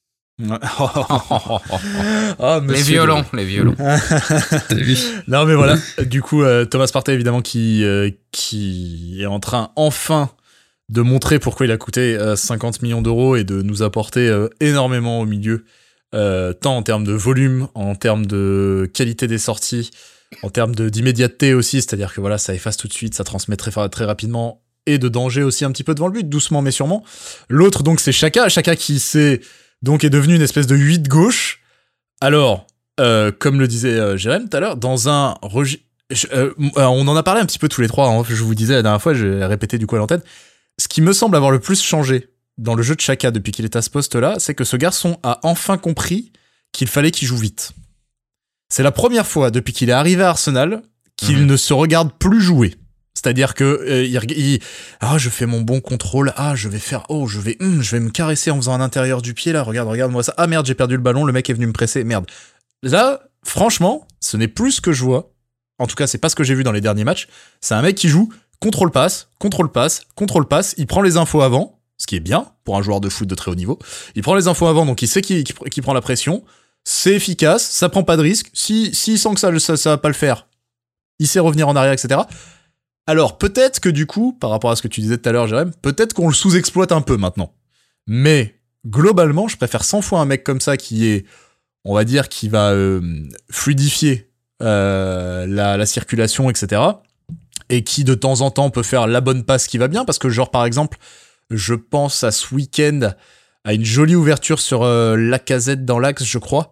Les violons. T'as vu? Non mais voilà. Du coup, Thomas Partey évidemment qui est en train enfin de montrer pourquoi il a coûté 50 millions d'euros et de nous apporter énormément au milieu, tant en termes de volume, en termes de qualité des sorties, en termes d'immédiateté aussi, c'est-à-dire que voilà, ça efface tout de suite, ça transmet très rapidement, et de danger aussi un petit peu devant le but, doucement mais sûrement. L'autre donc c'est Xhaka qui donc est devenu une espèce de 8 gauche. Alors, comme le disait Jérém tout à l'heure, dans un on en a parlé un petit peu tous les trois, hein, je vous disais la dernière fois, j'ai répété du coup à l'antenne, ce qui me semble avoir le plus changé dans le jeu de Xhaka depuis qu'il est à ce poste-là, c'est que ce garçon a enfin compris qu'il fallait qu'il joue vite. C'est la première fois depuis qu'il est arrivé à Arsenal qu'il ne se regarde plus jouer. C'est-à-dire que je fais mon bon contrôle, je vais me caresser en faisant un intérieur du pied là, regarde-moi ça. Ah merde, j'ai perdu le ballon, le mec est venu me presser, merde. Là, franchement, ce n'est plus ce que je vois. En tout cas, c'est pas ce que j'ai vu dans les derniers matchs. C'est un mec qui joue contrôle-passe, il prend les infos avant, ce qui est bien pour un joueur de foot de très haut niveau. Il prend les infos avant, donc il sait qu'il prend la pression, c'est efficace, ça prend pas de risque. S'il sent que ça va pas le faire, il sait revenir en arrière, etc. Alors, peut-être que du coup, par rapport à ce que tu disais tout à l'heure, Jérém, peut-être qu'on le sous-exploite un peu maintenant. Mais, globalement, je préfère 100 fois un mec comme ça qui va fluidifier la circulation, etc. Et qui, de temps en temps, peut faire la bonne passe qui va bien. Parce que, genre, par exemple, je pense à ce week-end, à une jolie ouverture sur Lacazette dans l'axe, je crois.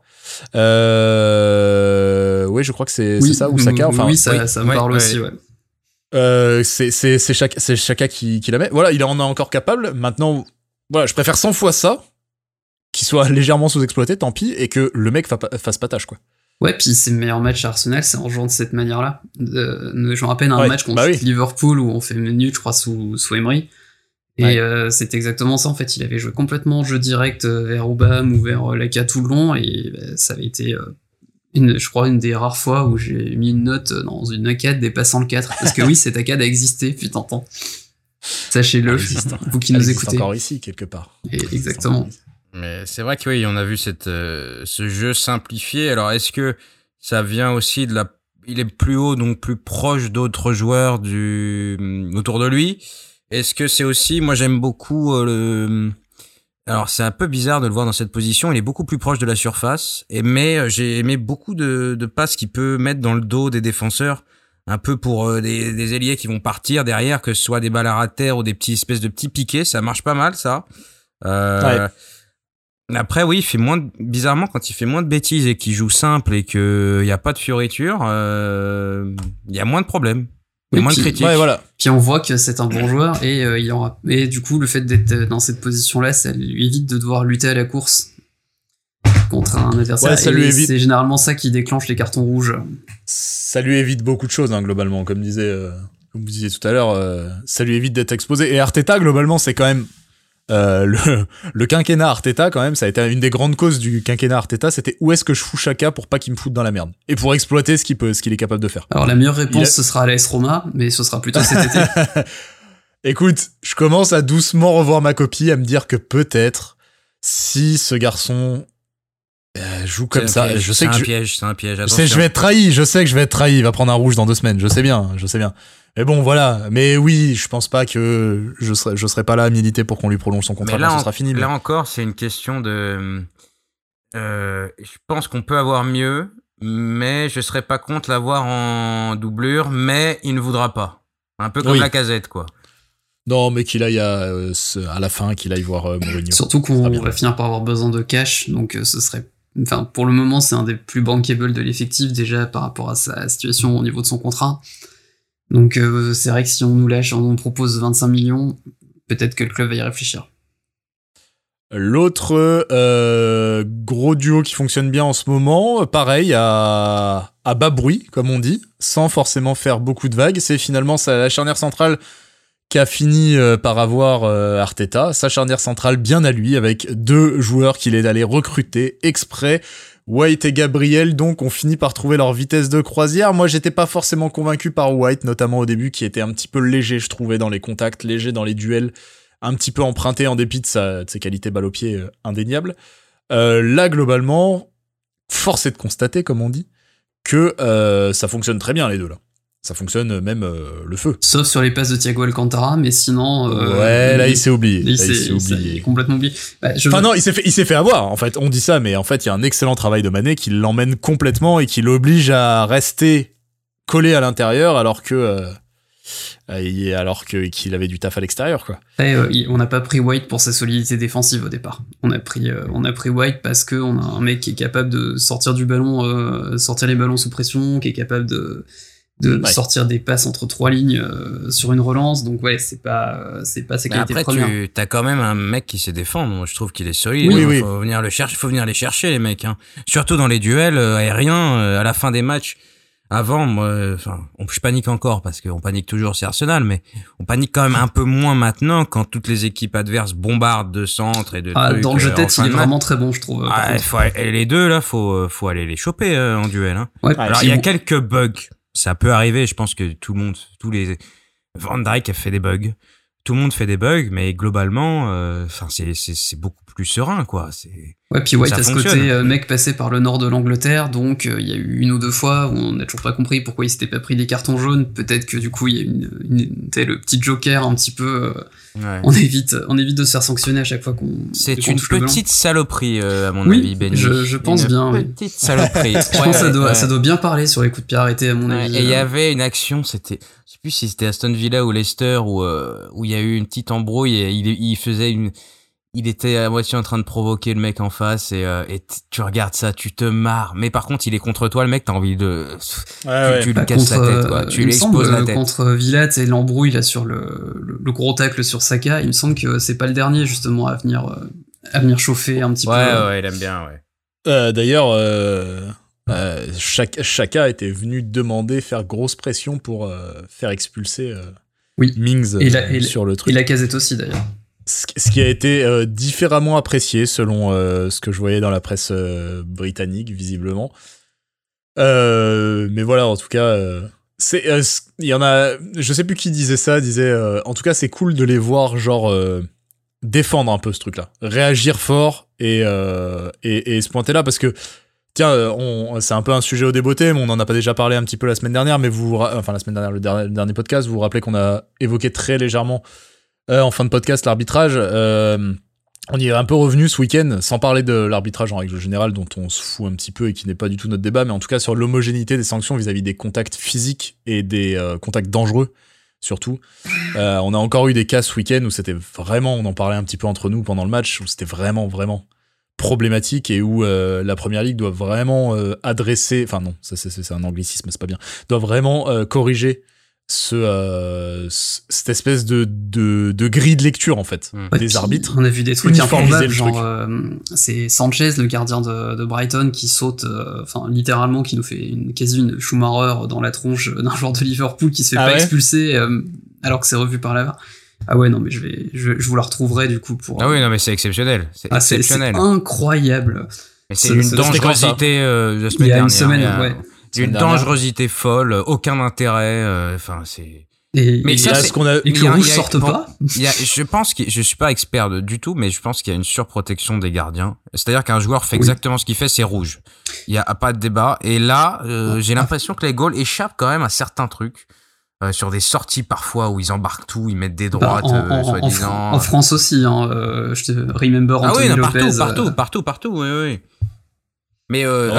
Oui, je crois que c'est ça, ou Saka. Oui, ça me parle aussi, ouais. C'est Xhaka qui la met. Voilà, il en est encore capable. Maintenant, voilà, je préfère 100 fois ça, qu'il soit légèrement sous-exploité, tant pis, et que le mec fasse pas tâche, quoi. Ouais, puis ses meilleurs matchs à Arsenal, c'est en jouant de cette manière-là. Je me rappelle un match contre Liverpool où on fait nul, je crois, sous Emery. Et c'est exactement ça, en fait. Il avait joué complètement jeu direct vers Aubame ou vers Laka tout le long, et ça avait été... je crois une des rares fois où j'ai mis une note dans une ACAD dépassant le 4. Parce que oui, cette ACAD a existé, putain de temps. Sachez-le, vous qui nous écoutez. Encore ici, quelque part. Exactement. Mais c'est vrai que oui, on a vu ce jeu simplifié. Alors, est-ce que ça vient aussi il est plus haut, donc plus proche d'autres joueurs autour de lui? Est-ce que c'est aussi, moi j'aime beaucoup alors c'est un peu bizarre de le voir dans cette position, il est beaucoup plus proche de la surface, mais j'ai aimé beaucoup de passes qu'il peut mettre dans le dos des défenseurs, un peu pour des ailiers qui vont partir derrière, que ce soit des balles à ras de terre ou des petits espèces de petits piquets, ça marche pas mal ça. Ouais. Après oui, il fait bizarrement quand il fait moins de bêtises et qu'il joue simple et que y a pas de fioriture, il y a moins de problèmes. Oui, moins de critiques. Ouais, voilà. Puis on voit que c'est un bon joueur et du coup le fait d'être dans cette position-là, ça lui évite de devoir lutter à la course contre un adversaire. Ouais, ça lui évite. C'est généralement ça qui déclenche les cartons rouges. Ça lui évite beaucoup de choses globalement, comme vous disiez tout à l'heure. Ça lui évite d'être exposé. Et Arteta globalement, c'est quand même le quinquennat Arteta quand même, ça a été une des grandes causes du quinquennat Arteta, c'était où est-ce que je fous Xhaka pour pas qu'il me foute dans la merde et pour exploiter ce qu'il est capable de faire. Alors la meilleure réponse ce sera à l'AS Roma, mais ce sera plutôt cet été. Écoute, je commence à doucement revoir ma copie, à me dire que peut-être si ce garçon joue comme ça, piège, je sais que c'est un piège. Attention. Je vais être trahi, je sais que je vais être trahi, il va prendre un rouge dans 2 semaines, je sais bien. Mais bon, voilà. Mais oui, je pense pas que je serai pas là à militer pour qu'on lui prolonge son contrat quand ce sera fini. Là encore, c'est une question de. Je pense qu'on peut avoir mieux, mais je serais pas contre l'avoir en doublure, mais il ne voudra pas. Un peu comme Lacazette, quoi. Non, mais qu'il aille à la fin, qu'il aille voir Mourinho. Surtout qu'on va finir par avoir besoin de cash, donc ce serait. Enfin, pour le moment, c'est un des plus bankable de l'effectif déjà par rapport à sa situation au niveau de son contrat. Donc c'est vrai que si on nous lâche, on nous propose 25 millions, peut-être que le club va y réfléchir. L'autre gros duo qui fonctionne bien en ce moment, pareil, à bas bruit, comme on dit, sans forcément faire beaucoup de vagues, c'est finalement la charnière centrale qui a fini par avoir Arteta, sa charnière centrale bien à lui, avec 2 joueurs qu'il est allé recruter exprès. White et Gabriel, donc, ont fini par trouver leur vitesse de croisière. Moi, j'étais pas forcément convaincu par White, notamment au début, qui était un petit peu léger, je trouvais, dans les contacts, léger dans les duels, un petit peu emprunté en dépit de ses qualités balle au pied indéniables. Là, globalement, force est de constater, comme on dit, que ça fonctionne très bien, les deux, là. Ça fonctionne même le feu. Sauf sur les passes de Thiago Alcantara, mais sinon... là, il s'est oublié. Il s'est complètement oublié. Non, il s'est fait avoir, en fait. On dit ça, mais en fait, il y a un excellent travail de Mané qui l'emmène complètement et qui l'oblige à rester collé à l'intérieur alors qu'il avait du taf à l'extérieur, quoi. On n'a pas pris White pour sa solidité défensive au départ. On a pris White parce que on a un mec qui est capable de sortir du ballon, sortir les ballons sous pression, qui est capable de sortir des passes entre 3 lignes sur une relance. Donc c'est pas ses qualités premières. Après, t'as quand même un mec qui sait défendre. Moi, je trouve qu'il est solide. Oui. Faut venir les chercher, les mecs. Hein. Surtout dans les duels aériens, à la fin des matchs. Avant, moi, je panique encore parce qu'on panique toujours, c'est Arsenal, mais on panique quand même un peu moins maintenant quand toutes les équipes adverses bombardent de centres et de trucs. Dans le jeu tête, il est vraiment très bon, je trouve. Les deux, là, faut aller les choper en duel. Hein. Ouais, alors, il y a quelques bugs. Ça peut arriver, je pense que Van Dijk a fait des bugs. Tout le monde fait des bugs, mais globalement, c'est beaucoup plus serein, quoi. Puis White à ce côté, mec passé par le nord de l'Angleterre, donc il y a eu 1 ou 2 fois où on n'a toujours pas compris pourquoi il s'était pas pris des cartons jaunes. Peut-être que du coup il y a le petit joker un petit peu. On évite de se faire sanctionner à chaque fois qu'on. C'est une petite saloperie à mon avis, Benny. Je pense bien. Petite saloperie. Je pense que ça doit bien parler sur les coups de pied arrêtés à mon avis. Et il y avait une action, je sais plus si c'était Aston Villa ou Leicester où il y a eu une petite embrouille et il était à moitié en train de provoquer le mec en face et tu regardes ça, tu te marres. Mais par contre, il est contre toi, le mec, t'as envie de... Tu lui casses la tête, quoi. Tu lui exploses la tête. Contre Villa, c'est l'embrouille là sur le gros tacle sur Saka. Il me semble que c'est pas le dernier, justement, à venir chauffer un petit peu. Ouais, il aime bien, ouais. D'ailleurs, Xhaka était venu demander faire grosse pression pour faire expulser Mings sur le truc. Et Lacazette aussi, d'ailleurs. Ce qui a été différemment apprécié selon ce que je voyais dans la presse britannique, visiblement. Mais voilà, en tout cas, il y en a, je sais plus qui disait ça, en tout cas c'est cool de les voir défendre un peu ce truc-là, réagir fort et se pointer là parce que tiens, c'est un peu un sujet au débeauté, mais on en a pas déjà parlé un petit peu la semaine dernière, mais la semaine dernière, le dernier podcast, vous vous rappelez qu'on a évoqué très légèrement En fin de podcast, l'arbitrage, on y est un peu revenu ce week-end, sans parler de l'arbitrage en règle générale, dont on se fout un petit peu et qui n'est pas du tout notre débat, mais en tout cas sur l'homogénéité des sanctions vis-à-vis des contacts physiques et des contacts dangereux, surtout. On a encore eu des cas ce week-end où c'était vraiment, on en parlait un petit peu entre nous pendant le match, où c'était vraiment problématique et où la Première Ligue doit vraiment adresser, enfin non, c'est un anglicisme, c'est pas bien, doit vraiment corriger cette espèce de grille de lecture en fait des arbitres. On a vu des trucs improbables, genre c'est Sanchez, le gardien de Brighton, qui saute, littéralement qui nous fait quasi une Schumacher dans la tronche d'un joueur de Liverpool qui se fait pas expulser alors que c'est revu par la VAR. Ah ouais, non mais je vous la retrouverai du coup pour. Ah oui, non mais c'est exceptionnel, c'est exceptionnel, c'est incroyable. Mais c'est une dangerosité de semaine dernière. Il y a une semaine, ouais. Une dangerosité folle, aucun intérêt, enfin c'est. Mais ça, c'est ce qu'on a. Et que le rouge sorte pas. Je pense que je suis pas expert du tout, mais je pense qu'il y a une surprotection des gardiens. C'est-à-dire qu'un joueur fait exactement ce qu'il fait, c'est rouge. Il y a pas de débat. Et là, j'ai l'impression que les goals échappent quand même à certains trucs. Sur des sorties parfois où ils embarquent tout, ils mettent des droites, soi-disant. En France aussi, je te remember Anthony Lopez. Partout, oui. Mais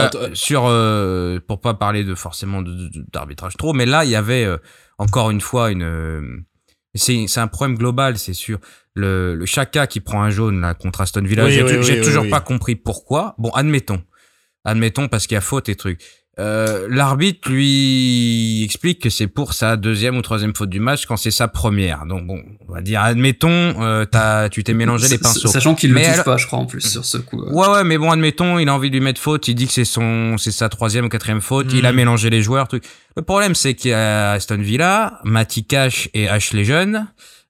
pour pas parler forcément d'arbitrage trop, mais là il y avait encore une fois c'est un problème global, c'est sûr. Le Xhaka qui prend un jaune là contre Aston Villa, j'ai toujours pas compris pourquoi. Bon, admettons parce qu'il y a faute et trucs. L'arbitre lui explique que c'est pour sa deuxième ou troisième faute du match quand c'est sa première. Donc bon, on va dire admettons tu t'es mélangé les pinceaux. Sachant qu'il le touche pas, je crois en plus sur ce coup. Ouais, mais bon admettons, il a envie de lui mettre faute, il dit que c'est sa troisième ou quatrième faute, il a mélangé les joueurs, truc. Le problème c'est qu'il y a Aston Villa, Matty Cash et Ashley Young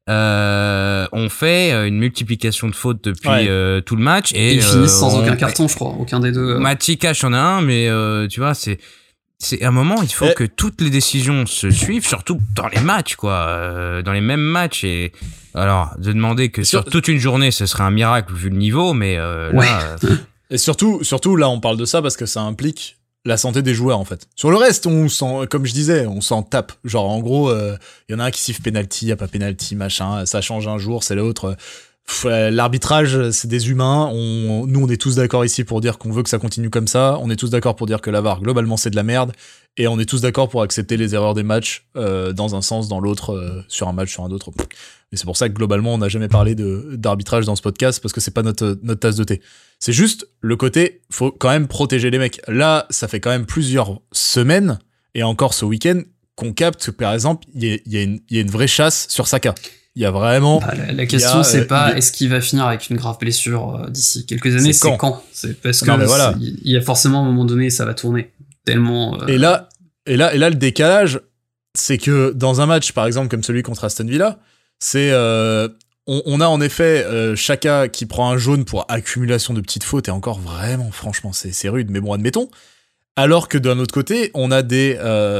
ont fait une multiplication de fautes depuis tout le match et ils finissent sans aucun carton, je crois, aucun des deux. Matty Cash en a un, mais tu vois, c'est un moment, il faut que toutes les décisions se suivent, surtout dans les matchs, quoi, dans les mêmes matchs. Et alors, de demander que sur toute une journée, ce serait un miracle vu le niveau, mais là. Et surtout, là, on parle de ça parce que ça implique la santé des joueurs en fait. Sur le reste, on s'en, comme je disais, on s'en tape. Genre en gros, y en a un qui siffle penalty, y a pas penalty, machin, ça change un jour, c'est l'autre. L'arbitrage, c'est des humains. Nous, on est tous d'accord ici pour dire qu'on veut que ça continue comme ça. On est tous d'accord pour dire que la VAR, globalement, c'est de la merde. Et on est tous d'accord pour accepter les erreurs des matchs dans un sens, dans l'autre, sur un match, sur un autre. Et c'est pour ça que globalement, on n'a jamais parlé d'arbitrage dans ce podcast parce que c'est pas notre tasse de thé. C'est juste le côté, faut quand même protéger les mecs. Là, ça fait quand même plusieurs semaines et encore ce week-end qu'on capte que par exemple, il y a une vraie chasse sur Saka. Il y a vraiment. La question, c'est pas est-ce qu'il va finir avec une grave blessure d'ici quelques années, c'est quand. C'est parce que il y a forcément un moment donné, ça va tourner tellement. Et là, le décalage, c'est que dans un match, par exemple, comme celui contre Aston Villa, c'est on a en effet Xhaka qui prend un jaune pour accumulation de petites fautes et encore vraiment, franchement, c'est rude, mais bon, admettons. Alors que d'un autre côté, on a des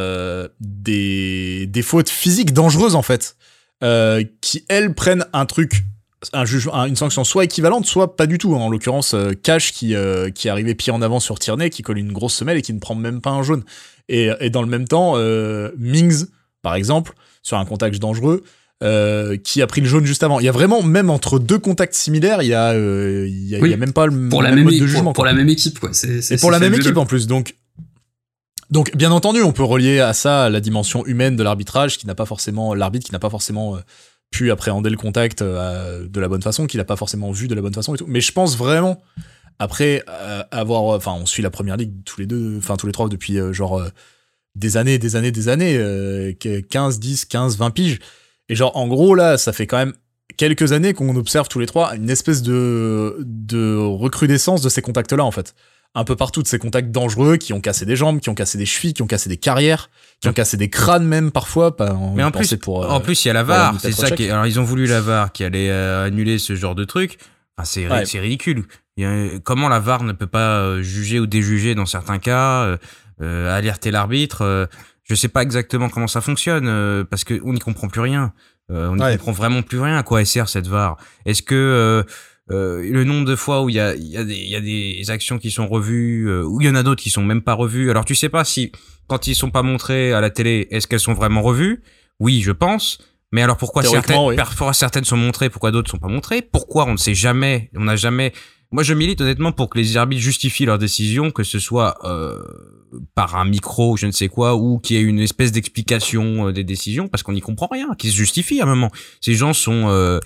fautes physiques dangereuses en fait. Qui elles prennent une sanction soit équivalente, soit pas du tout. En l'occurrence, Cash qui est arrivé pied en avant sur Tierney, qui colle une grosse semelle et qui ne prend même pas un jaune. Et dans le même temps, Mings, par exemple, sur un contact dangereux, qui a pris le jaune juste avant. Il y a vraiment, même entre deux contacts similaires, il y a même pas le même mode de jugement. Pour la même équipe, quoi. Et pour la même équipe en plus, donc, bien entendu, on peut relier à ça la dimension humaine de l'arbitrage, l'arbitre qui n'a pas forcément pu appréhender le contact de la bonne façon, qui l'a pas forcément vu de la bonne façon et tout. Mais je pense vraiment, après on suit la Première Ligue tous les trois depuis des années, 15, 10, 15, 20 piges. Et genre, en gros, là, ça fait quand même quelques années qu'on observe tous les trois une espèce de recrudescence de ces contacts-là, en fait. Un peu partout, de ces contacts dangereux qui ont cassé des jambes, qui ont cassé des chevilles, qui ont cassé des carrières, qui ont cassé des crânes même parfois. Mais en plus, il y a la VAR. C'est ça alors ils ont voulu la VAR qui allait annuler ce genre de truc. Enfin, c'est ridicule. Comment la VAR ne peut pas juger ou déjuger dans certains cas, alerter l'arbitre. Je sais pas exactement comment ça fonctionne parce que on n'y comprend plus rien. On n'y comprend vraiment plus rien à quoi elle sert cette VAR. Est-ce que le nombre de fois où il y a des actions qui sont revues, ou il y en a d'autres qui sont même pas revues. Alors tu sais pas si quand ils sont pas montrés à la télé, est-ce qu'elles sont vraiment revues? Oui, je pense. Mais alors pourquoi certaines sont montrées, pourquoi d'autres sont pas montrées? Pourquoi on ne sait jamais, on n'a jamais... Moi, je milite honnêtement pour que les arbitres justifient leurs décisions, que ce soit par un micro, je ne sais quoi, ou qu'il y ait une espèce d'explication des décisions, parce qu'on n'y comprend rien, qu'ils se justifient à un moment. Ces gens sont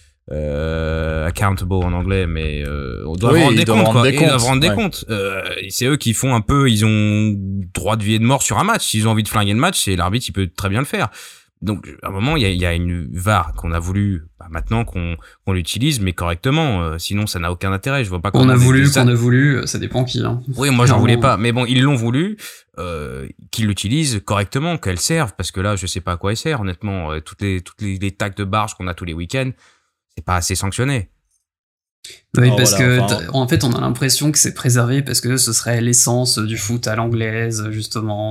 accountable en anglais, mais on doit rendre des comptes, quoi. Ils doivent rendre des comptes. C'est eux qui font un peu, ils ont droit de vie et de mort sur un match. S'ils ont envie de flinguer le match, l'arbitre, il peut très bien le faire. Donc, à un moment, il y a une VAR qu'on a voulu, maintenant qu'on l'utilise, mais correctement. Sinon, ça n'a aucun intérêt. Je vois pas qu'on a voulu, ça dépend qui, hein. Oui, moi, j'en voulais pas. Mais bon, ils l'ont voulu, qu'ils l'utilisent correctement, qu'elle serve, parce que là, je sais pas à quoi elle sert, honnêtement. Toutes les tacs de barge qu'on a tous les week-ends, c'est pas assez sanctionné. Oui, parce en fait, on a l'impression que c'est préservé parce que ce serait l'essence du foot à l'anglaise, justement,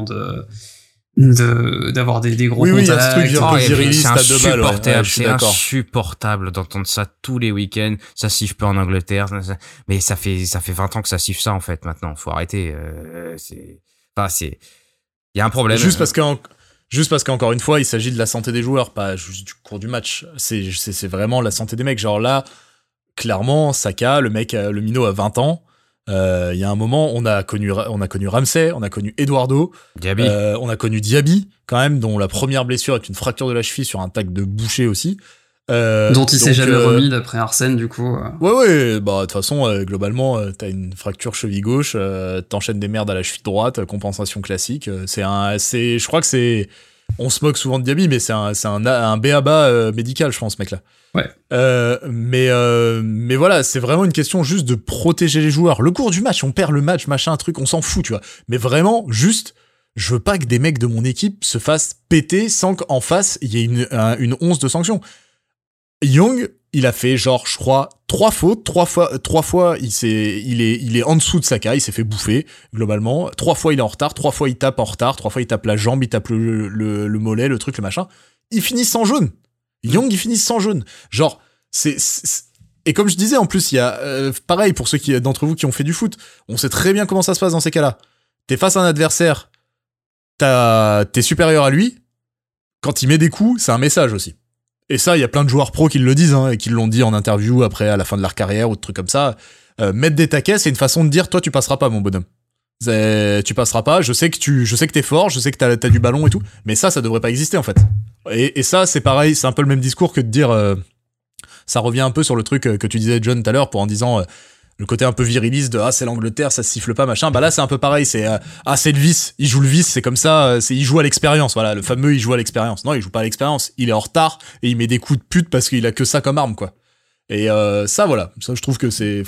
d'avoir des gros contacts. C'est insupportable d'entendre ça tous les week-ends. Ça siffle pas en Angleterre, mais ça fait 20 ans que ça siffle ça en fait. Maintenant, faut arrêter. Il y a un problème. Juste parce qu'encore une fois, il s'agit de la santé des joueurs, pas juste du cours du match. C'est vraiment la santé des mecs. Genre là, clairement, Saka, le minot a 20 ans. Il y a un moment, on a connu Ramsey, on a connu Eduardo, Diaby. On a connu Diaby, quand même, dont la première blessure est une fracture de la cheville sur un tac de boucher aussi. Dont il s'est jamais remis d'après Arsène, du coup. Ouais, bah de toute façon, globalement, t'as une fracture cheville gauche, t'enchaînes des merdes à la cheville droite, compensation classique. Je crois que c'est, on se moque souvent de Diaby, mais c'est un b.a.-ba médical, je pense, ce mec-là. Ouais. Mais voilà, c'est vraiment une question juste de protéger les joueurs. Le cours du match, on perd le match, machin, truc, on s'en fout, tu vois. Mais vraiment, juste, je veux pas que des mecs de mon équipe se fassent péter sans qu'en face, il y ait une once de sanction. Young, il a fait genre, je crois, 3 fautes, 3 fois, il est en dessous de Saka, il s'est fait bouffer, globalement. 3 fois, il est en retard, 3 fois, il tape en retard, 3 fois, il tape la jambe, il tape le mollet, le truc, le machin. Il finit sans jaune. Young, il finit sans jaune. Genre, et comme je disais, en plus, il y a, pareil, pour ceux d'entre vous qui ont fait du foot, on sait très bien comment ça se passe dans ces cas-là. T'es face à un adversaire, t'es supérieur à lui, quand il met des coups, c'est un message aussi. Et ça, il y a plein de joueurs pros qui le disent, hein, et qui l'ont dit en interview après, à la fin de leur carrière, ou de trucs comme ça. Mettre des taquets, c'est une façon de dire, toi, tu passeras pas, mon bonhomme. Tu passeras pas, je sais que t'es fort, je sais que t'as du ballon et tout, mais ça devrait pas exister, en fait. Et ça, c'est pareil, c'est un peu le même discours que de dire, ça revient un peu sur le truc que tu disais, John, tout à l'heure, en disant, le côté un peu viriliste de, c'est l'Angleterre, ça se siffle pas, machin. Bah là, c'est un peu pareil, c'est le vice, il joue le vice, c'est comme ça, il joue à l'expérience, voilà, le fameux il joue à l'expérience. Non, il joue pas à l'expérience, il est en retard, et il met des coups de pute parce qu'il a que ça comme arme, quoi. Et ça, voilà, ça, je trouve que c'est,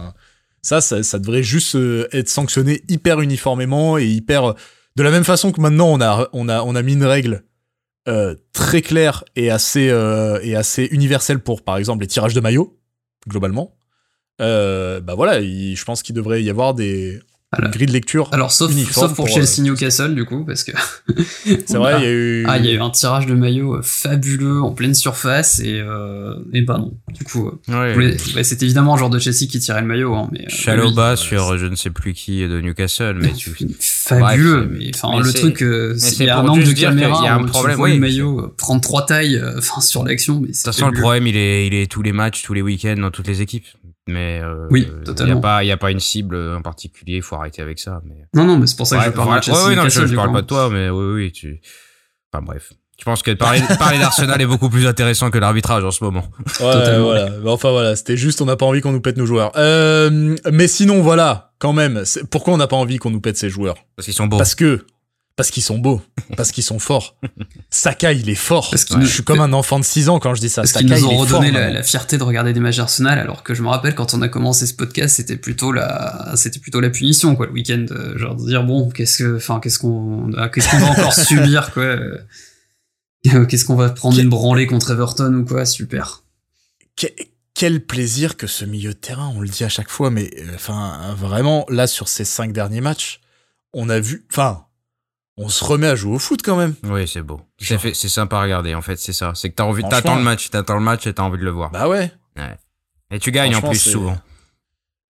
ça devrait juste être sanctionné hyper uniformément et hyper, de la même façon que maintenant on a mis une règle très claire et assez universelle pour, par exemple, les tirages de maillots, globalement. Bah voilà, je pense qu'il devrait y avoir une grille de lecture. Alors sauf pour Chelsea Newcastle, du coup, parce que c'est vrai, il y a eu un tirage de maillot fabuleux en pleine surface et bah non, du coup c'est évidemment le genre de Chelsea qui tirait le maillot, hein, mais Chalobah sur je ne sais plus qui de Newcastle, mais fabuleux. Bref, mais enfin le truc, il y a un angle de caméra, il y a un problème, le maillot prendre 3 tailles sur l'action, mais de toute façon le problème il est tous les matchs, tous les week-ends dans toutes les équipes. Mais oui, totalement. Il y a pas une cible en particulier, il faut arrêter avec ça. Mais non, mais c'est pour ça que je parle de Chelsea. Non, je parle pas de toi, mais oui, enfin bref. Je pense que parler d'Arsenal est beaucoup plus intéressant que l'arbitrage en ce moment. Ouais, voilà. Enfin voilà, c'était juste, on n'a pas envie qu'on nous pète nos joueurs. Mais sinon voilà, quand même, pourquoi on n'a pas envie qu'on nous pète ces joueurs? Parce qu'ils sont beaux. Parce qu'ils sont beaux, parce qu'ils sont forts. Saka, il est fort. Je suis comme un enfant de 6 ans quand je dis ça. Parce qu'ils nous ont redonné la fierté de regarder des matchs Arsenal, alors que je me rappelle quand on a commencé ce podcast, c'était plutôt la punition, quoi, le week-end, genre de dire bon, qu'est-ce qu'on va encore subir, quoi. Qu'est-ce qu'on va prendre une branlée contre Everton ou quoi, super. Quel plaisir que ce milieu de terrain, on le dit à chaque fois, mais vraiment, là, sur ces 5 derniers matchs, on a vu, on se remet à jouer au foot quand même. Oui, c'est beau. C'est sympa à regarder, en fait, c'est ça. C'est que t'attends le match et t'as envie de le voir. Bah ouais. Et tu gagnes en plus souvent.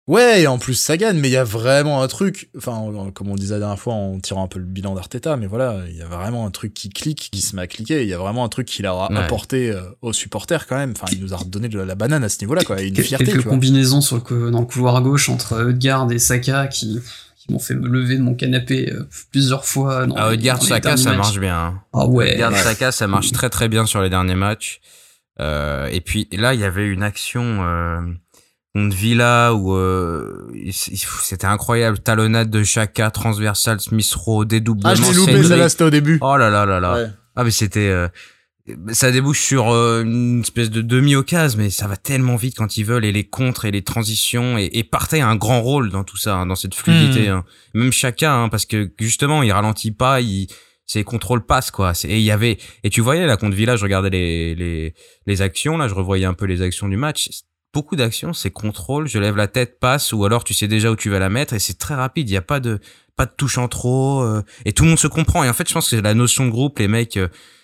Ouais, et en plus ça gagne, mais il y a vraiment un truc, enfin, comme on disait la dernière fois en tirant un peu le bilan d'Arteta, mais voilà, il y a vraiment un truc qui clique, qui se met à cliquer, il y a vraiment un truc qu'il a apporté aux supporters quand même, enfin, il nous a redonné de la banane à ce niveau-là, quoi, et une fierté, quelques combinaisons dans le couloir à gauche entre Ødegaard et Saka qui m'ont fait me lever de mon canapé plusieurs fois. Ødegaard, Saka, ça marche bien. Hein. Ah ouais. Ødegaard, Saka, ça marche très très bien sur les derniers matchs. Et puis là, il y avait une action contre Villa où c'était incroyable, talonnade de Xhaka, transversale, Smith Rowe, dédoublement. Ah, je l'ai loupé, ça là, c'était au début. Oh là là là là. Ouais. Ah mais c'était ça débouche sur une espèce de demi-occasion, mais ça va tellement vite quand ils veulent, et les contres et les transitions, et Partey a un grand rôle dans tout ça, hein, dans cette fluidité. Hein. Même Xhaka, hein, parce que justement, il ralentit pas, c'est contrôle passe, quoi. Et tu voyais là contre Villa, je regardais les actions, là, je revoyais un peu les actions du match. Beaucoup d'actions, c'est contrôle, je lève la tête, passe, ou alors tu sais déjà où tu vas la mettre, et c'est très rapide, il y a pas de touche en trop, et tout le monde se comprend. Et en fait, je pense que la notion de groupe, les mecs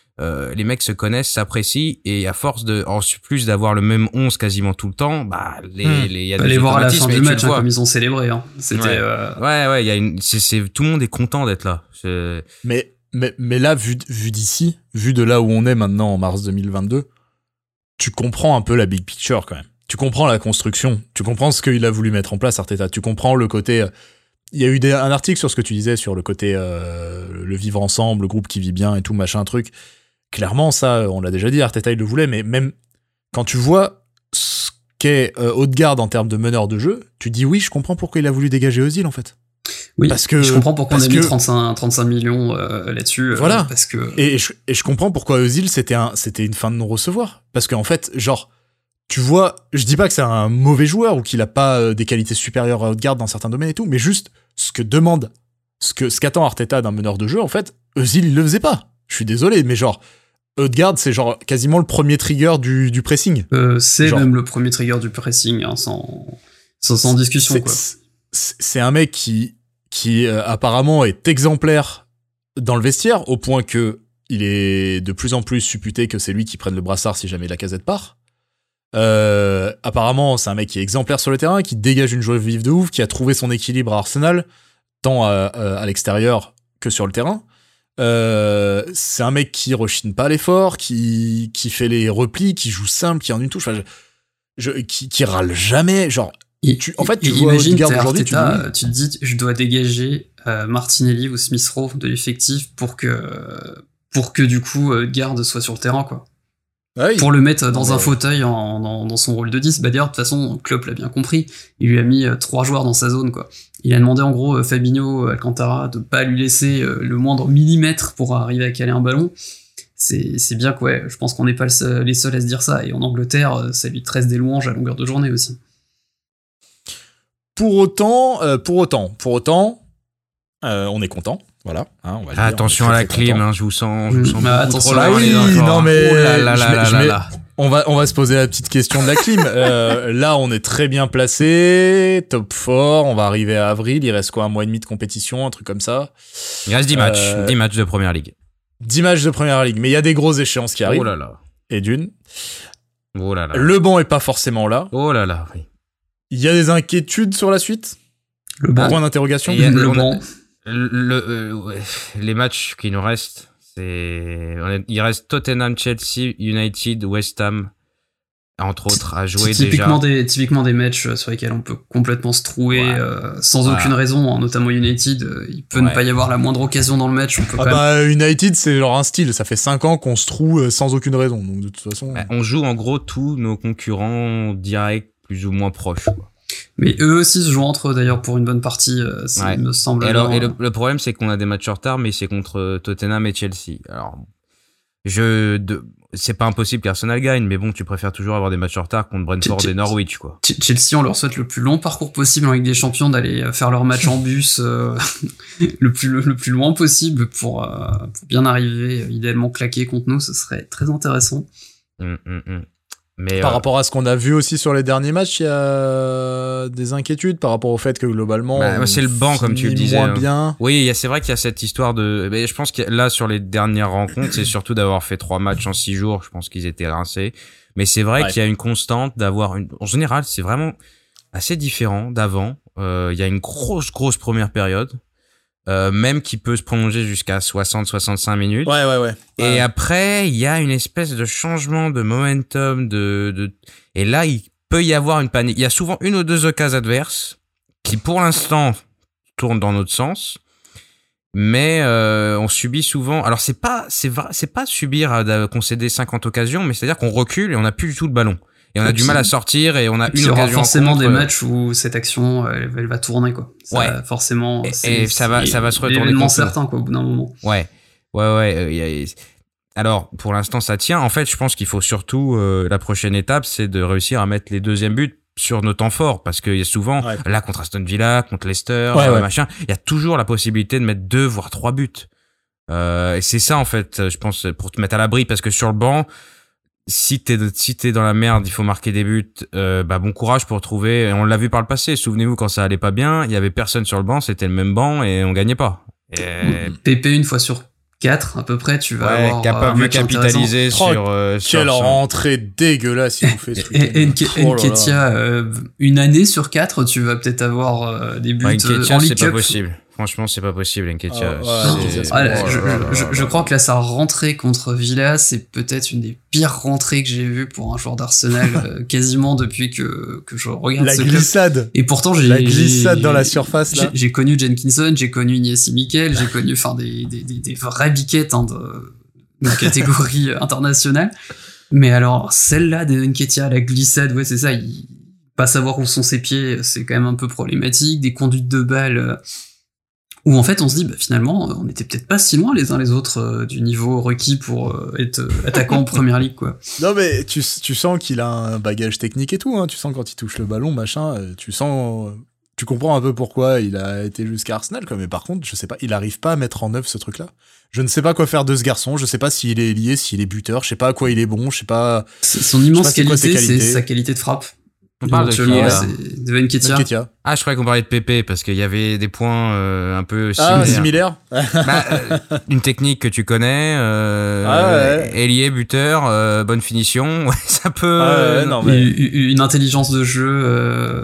se connaissent, s'apprécient, et à force en plus d'avoir le même 11 quasiment tout le temps, bah il y a des voir à la fin du match, hein, comme ils ont célébré, hein. C'était ouais, il y a tout le monde est content d'être là. Mais là, vu d'ici, vu de là où on est maintenant en mars 2022, tu comprends un peu la big picture quand même. Tu comprends la construction, tu comprends ce qu'il a voulu mettre en place, Arteta, tu comprends le côté... Il y a eu un article sur ce que tu disais, sur le côté le vivre ensemble, le groupe qui vit bien et tout, machin, truc. Clairement, ça, on l'a déjà dit, Arteta, il le voulait, mais même quand tu vois ce qu'est Ødegaard en termes de meneur de jeu, tu dis oui, je comprends pourquoi il a voulu dégager Özil, en fait. Oui, parce que, je comprends pourquoi on a mis 35 millions là-dessus. Voilà. Parce que... et je comprends pourquoi Özil, c'était une fin de non-recevoir. Parce qu'en fait, genre, tu vois, je dis pas que c'est un mauvais joueur ou qu'il a pas des qualités supérieures à Ødegaard dans certains domaines et tout, mais juste ce qu'attend Arteta d'un meneur de jeu, en fait, Özil, il le faisait pas. Je suis désolé, mais genre, Ødegaard, c'est genre quasiment le premier trigger du pressing. C'est genre, même le premier trigger du pressing, hein, sans discussion, quoi. C'est un mec qui apparemment est exemplaire dans le vestiaire, au point que il est de plus en plus supputé que c'est lui qui prenne le brassard si jamais Lacazette part. Apparemment, c'est un mec qui est exemplaire sur le terrain, qui dégage une joie vive de ouf, qui a trouvé son équilibre à Arsenal, tant à l'extérieur que sur le terrain. C'est un mec qui rechigne pas l'effort, qui fait les replis, qui joue simple, qui en une touche, qui râle jamais, genre. En fait, tu vois Ødegaard aujourd'hui, tu te dis, je dois dégager Martinelli ou Smith Rowe de l'effectif pour que du coup Ødegaard soit sur le terrain, quoi. Ah oui. Pour le mettre dans un fauteuil dans son rôle de 10. Bah d'ailleurs, de toute façon, Klopp l'a bien compris. Il lui a mis 3 joueurs dans sa zone, quoi. Il a demandé en gros Fabinho, Alcantara de pas lui laisser le moindre millimètre pour arriver à caler un ballon. C'est bien que ouais, je pense qu'on n'est pas les seuls à se dire ça. Et en Angleterre, ça lui tresse des louanges à longueur de journée aussi. Pour autant, on est content. Voilà. Hein, on va attention à la clim, hein, je vous sens attention. Non mais on va se poser la petite question de la clim. Là, on est très bien placé, top 4, on va arriver à avril, il reste quoi, un mois et demi de compétition, un truc comme ça. Il reste 10 matchs, 10 matchs de Première Ligue. 10 matchs de Première Ligue, mais il y a des grosses échéances qui arrivent. Oh là là. Et d'une. Oh là là. Le banc est pas forcément là. Oh là là, oui. Il y a des inquiétudes sur la suite. Le banc. Point d'interrogation. Le banc. Les matchs qui nous restent, il reste Tottenham, Chelsea, United, West Ham, entre autres, à jouer typiquement des matchs sur lesquels on peut complètement se trouer sans aucune raison, hein, notamment United. Il peut ne pas y avoir la moindre occasion dans le match. On peut United, c'est genre un style. Ça fait 5 ans qu'on se trouve sans aucune raison. Donc de toute façon, on joue en gros tous nos concurrents directs, plus ou moins proches, quoi. Mais eux aussi se jouent entre eux d'ailleurs pour une bonne partie, il me semble. Et le problème, c'est qu'on a des matchs en retard, mais c'est contre Tottenham et Chelsea. Alors, c'est pas impossible qu'Arsenal gagne, mais bon, tu préfères toujours avoir des matchs en retard contre Brentford et Norwich, quoi. Chelsea, on leur souhaite le plus long parcours possible en Ligue des Champions, d'aller faire leur match en bus le plus loin possible pour bien arriver, idéalement claquer contre nous. Ce serait très intéressant. Mais par rapport à ce qu'on a vu aussi sur les derniers matchs, il y a des inquiétudes par rapport au fait que globalement c'est le banc, comme tu le disais, moins bien. Oui, c'est vrai qu'il y a cette histoire de, mais je pense que là sur les dernières rencontres, c'est surtout d'avoir fait 3 matchs en 6 jours, je pense qu'ils étaient rincés. Mais c'est vrai qu'il y a une constante d'avoir en général, c'est vraiment assez différent d'avant. Il y a une grosse première période. Même qui peut se prolonger jusqu'à 60-65 minutes. Ouais. Et après, il y a une espèce de changement de momentum, et là, il peut y avoir une panique. Il y a souvent une ou deux occasions adverses qui, pour l'instant, tournent dans notre sens. Mais on subit souvent. Alors c'est pas subir concéder 50 occasions, mais c'est-à-dire qu'on recule et on n'a plus du tout le ballon. Et on a du mal à sortir et on a une occasion. Il y aura forcément des matchs où cette action, elle va tourner, quoi. Ça, forcément. Et ça va se retourner. L'événement certain, quoi, au bout d'un moment. Ouais. Alors, pour l'instant, ça tient. En fait, je pense qu'il faut surtout, la prochaine étape, c'est de réussir à mettre les deuxièmes buts sur nos temps forts. Parce qu'il y a souvent, là, contre Aston Villa, contre Leicester, machin, il y a toujours la possibilité de mettre 2 voire 3 buts. Et c'est ça, en fait, je pense, pour te mettre à l'abri. Parce que sur le banc, si t'es dans la merde, il faut marquer des buts. Bon courage pour trouver. On l'a vu par le passé. Souvenez-vous quand ça allait pas bien, il y avait personne sur le banc, c'était le même banc et on gagnait pas. PP une fois sur 4 à peu près, tu vas avoir capable de capitaliser sur. Quelle rentrée dégueulasse il nous fait. Nketiah, une année sur 4, tu vas peut-être avoir des buts en League Cup. C'est pas possible. Franchement, c'est pas possible, Nketiah. Je crois que là, sa rentrée contre Villa, c'est peut-être une des pires rentrées que j'ai vues pour un joueur d'Arsenal, quasiment depuis que je regarde ce glissade. Club. Et pourtant, la glissade dans la surface, là. J'ai connu Jenkinson, j'ai connu Niassi Mikel, j'ai connu, des vraies biquettes, de catégorie internationale. Mais alors, celle-là de Nketiah, la glissade, c'est ça, pas savoir où sont ses pieds, c'est quand même un peu problématique. Des conduites de balles, où en fait on se dit finalement on était peut-être pas si loin les uns les autres du niveau requis pour être attaquant en première ligue, quoi. Non mais tu sens qu'il a un bagage technique et tout, hein. Tu sens quand il touche le ballon machin, tu comprends un peu pourquoi il a été jusqu'à Arsenal, quoi. Mais par contre je sais pas, il arrive pas à mettre en œuvre ce truc là. Je ne sais pas quoi faire de ce garçon, je sais pas s'il est lié, s'il est buteur, je sais pas à quoi il est bon, je sais pas. Son immense qualité, c'est sa qualité de frappe. On parle de qui, là? De Nketiah. Ah, je croyais qu'on parlait de Pépé parce qu'il y avait des points un peu similaires. Une technique que tu connais, ailier, buteur, bonne finition, ça peut. Une intelligence de jeu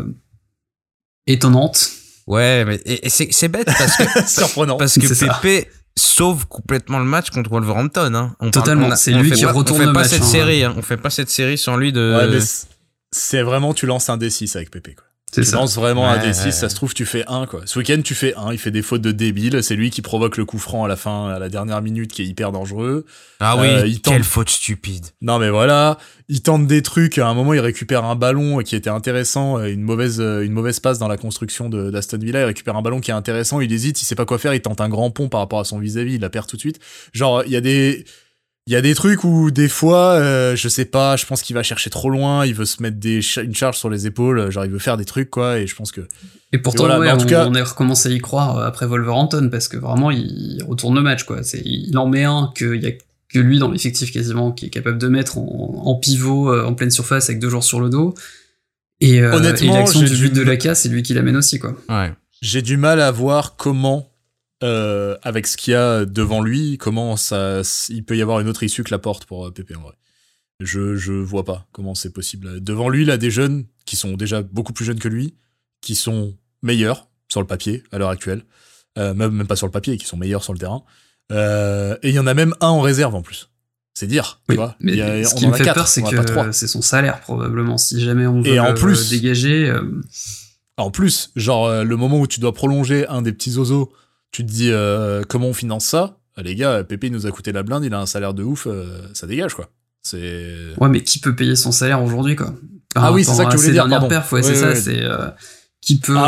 étonnante. Ouais, mais c'est bête parce que surprenant. Parce que Pépé sauve complètement le match contre Wolverhampton. Hein. Totalement. C'est lui qui retourne le match. On fait pas cette série. On fait pas cette série sans lui de. Ouais, mais c'est vraiment, tu lances un D6 avec Pépé, quoi. Tu lances vraiment un D6, ça se trouve, tu fais 1, quoi. Ce week-end, tu fais 1, il fait des fautes de débile, c'est lui qui provoque le coup franc à la fin, à la dernière minute, qui est hyper dangereux. Ah oui, quelle faute stupide. Non, mais voilà, il tente des trucs, à un moment, il récupère un ballon qui était intéressant, une mauvaise passe dans la construction d'Aston Villa, il récupère un ballon qui est intéressant, il hésite, il sait pas quoi faire, il tente un grand pont par rapport à son vis-à-vis, il la perd tout de suite. Genre, il y a des trucs où, des fois, je sais pas, je pense qu'il va chercher trop loin, il veut se mettre une charge sur les épaules, genre il veut faire des trucs, quoi, et je pense que... Et pourtant, voilà, en tout cas, on est recommencé à y croire après Wolverhampton, parce que vraiment, il retourne le match, quoi. Il en met un qu'il y a que lui dans l'effectif quasiment qui est capable de mettre en pivot, en pleine surface, avec 2 joueurs sur le dos. Et l'action du but de Laka, c'est lui qui l'amène aussi, quoi. Ouais. J'ai du mal à voir comment... avec ce qu'il y a devant lui, comment il peut y avoir une autre issue que la porte pour Pépé, en vrai. Je vois pas comment c'est possible. Devant lui, il a des jeunes qui sont déjà beaucoup plus jeunes que lui, qui sont meilleurs sur le papier à l'heure actuelle, même pas sur le papier, qui sont meilleurs sur le terrain. Et il y en a même un en réserve en plus. C'est dire, oui, tu vois. Mais ce qui me fait peur, c'est que c'est son salaire probablement. Si jamais on veut le dégager. En plus, genre le moment où tu dois prolonger un des petits oiseaux. Tu te dis comment on finance ça? Les gars, Pépé nous a coûté la blinde, il a un salaire de ouf, ça dégage, quoi. Ouais, mais qui peut payer son salaire aujourd'hui, quoi? Ah oui, c'est ça que tu voulais dire, pardon. C'est qui peut...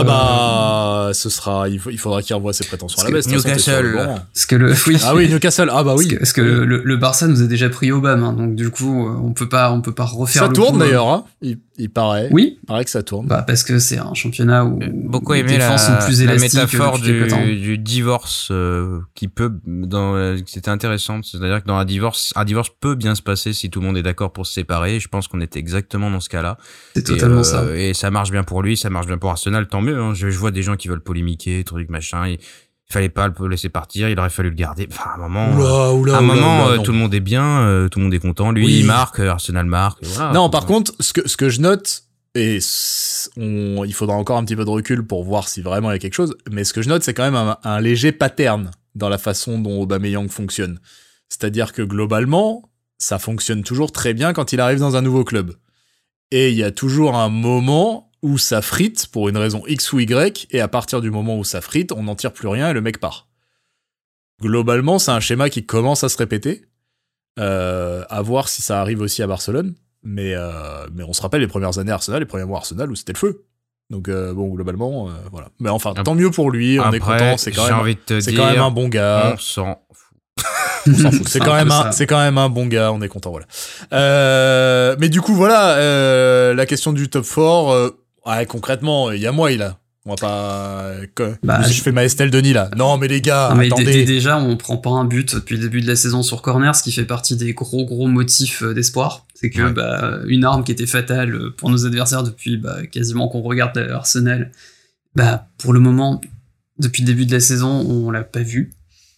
ce sera... Il faudra qu'il revoie ses prétentions à la baisse. Newcastle. Ah oui, Newcastle. Ah bah oui. Parce que le Barça nous a déjà pris au BAM, hein, donc du coup, on peut pas refaire ça tourne d'ailleurs, hein. Il paraît. Oui. Il paraît que ça tourne. Bah, parce que c'est un championnat où beaucoup les défenses sont plus élastiques. La métaphore du divorce, qui c'était intéressant. C'est-à-dire que dans un divorce peut bien se passer si tout le monde est d'accord pour se séparer. Je pense qu'on était exactement dans ce cas-là. C'est totalement ça. Et ça marche bien pour lui, ça marche bien pour Arsenal, tant mieux, hein. Je vois des gens qui veulent polémiquer, truc, machin. Il fallait pas le laisser partir, il aurait fallu le garder. Enfin, à un moment, tout le monde est bien, tout le monde est content. Lui, il marque, Arsenal marque. Voilà, non, par contre, ce que je note, Et il faudra encore un petit peu de recul pour voir si vraiment il y a quelque chose. Mais ce que je note, c'est quand même un léger pattern dans la façon dont Aubameyang fonctionne. C'est-à-dire que globalement, ça fonctionne toujours très bien quand il arrive dans un nouveau club. Et il y a toujours un moment où ça frite pour une raison X ou Y, et à partir du moment où ça frite, on n'en tire plus rien et le mec part. Globalement, c'est un schéma qui commence à se répéter. À voir si ça arrive aussi à Barcelone. Mais on se rappelle les premières années Arsenal, les premiers mois Arsenal où c'était le feu. Donc bon, globalement, voilà. Mais enfin, tant mieux pour lui, on est content. C'est quand même un bon gars. On s'en fout. On s'en fout. C'est quand même un bon gars. On est content, voilà. Mais du coup, voilà, la question du top 4. Ouais, concrètement, il y a moi, il a. On va pas. Je fais ma Estelle Denis là. Non, mais les gars, attendez. Déjà, on prend pas un but depuis le début de la saison sur corner, ce qui fait partie des gros motifs d'espoir. C'est que une arme qui était fatale pour nos adversaires depuis quasiment qu'on regarde Arsenal. Pour le moment, depuis le début de la saison, on l'a pas vu.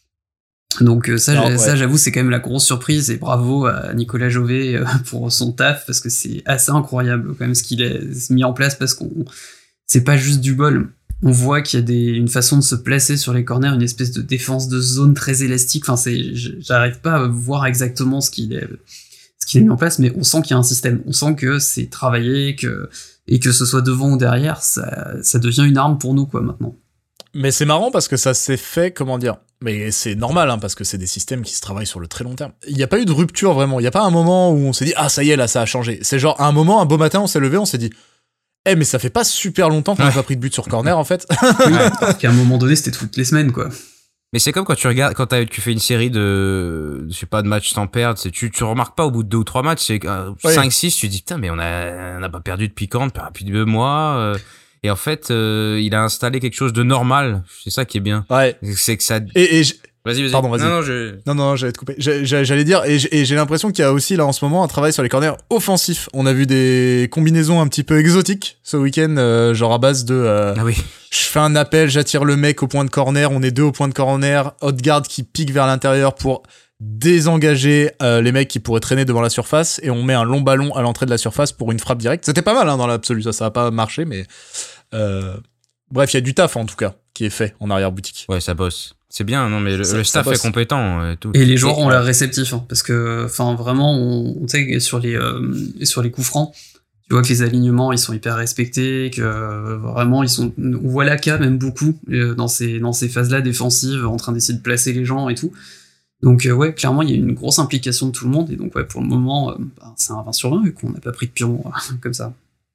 Donc ça, j'avoue, c'est quand même la grosse surprise, et bravo à Nicolas Jovet pour son taf, parce que c'est assez incroyable quand même ce qu'il a mis en place, parce qu'on c'est pas juste du bol. On voit qu'il y a une façon de se placer sur les corners, une espèce de défense de zone très élastique. Enfin, j'arrive pas à voir exactement ce qu'il a mis en place, mais on sent qu'il y a un système. On sent que c'est travaillé, et que ce soit devant ou derrière, ça devient une arme pour nous, quoi, maintenant. Mais c'est marrant parce que ça s'est fait, comment dire, mais c'est normal, hein, parce que c'est des systèmes qui se travaillent sur le très long terme. Il n'y a pas eu de rupture, vraiment. Il n'y a pas un moment où on s'est dit, ah, ça y est, là, ça a changé. C'est genre, à un moment, un beau matin, on s'est levé, on s'est dit, mais ça fait pas super longtemps qu'on n'a pas pris de but sur corner, en fait. Oui, qu'à un moment donné, c'était toutes les semaines, quoi. Mais c'est comme quand tu regardes, tu fais une série de matchs sans perdre, tu remarques pas au bout de 2 ou 3 matchs, c'est 5-6, tu dis, putain, mais on n'a pas perdu depuis quand, depuis 2 mois, et en fait, il a installé quelque chose de normal. C'est ça qui est bien. Ouais. C'est que ça. Vas-y. Pardon, vas-y. Non, j'allais te couper. J'allais dire, et j'ai l'impression qu'il y a aussi là en ce moment un travail sur les corners offensifs. On a vu des combinaisons un petit peu exotiques ce week-end, genre à base de. Je fais un appel, j'attire le mec au point de corner, on est 2 au point de corner, Odegaard qui pique vers l'intérieur pour désengager les mecs qui pourraient traîner devant la surface, et on met un long ballon à l'entrée de la surface pour une frappe directe. C'était pas mal, hein, dans l'absolu, ça a pas marché, mais bref, il y a du taf en tout cas qui est fait en arrière-boutique. Ouais, ça bosse. C'est bien, non, mais le staff est compétent et tout. Et les joueurs ont l'air réceptifs, hein, parce que, enfin, vraiment, on sait sur les coups francs, tu vois que les alignements, ils sont hyper respectés, que vraiment, on voit Laka même beaucoup dans ces phases-là défensives, en train d'essayer de placer les gens et tout. Donc ouais, clairement, il y a une grosse implication de tout le monde, et donc ouais, pour le moment, c'est un 20 sur 20 vu qu'on n'a pas pris de pion comme ça.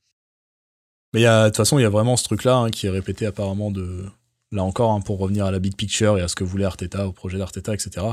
Mais de toute façon, il y a vraiment ce truc-là, hein, qui est répété apparemment là encore, hein, pour revenir à la big picture et à ce que voulait Arteta, au projet d'Arteta, etc.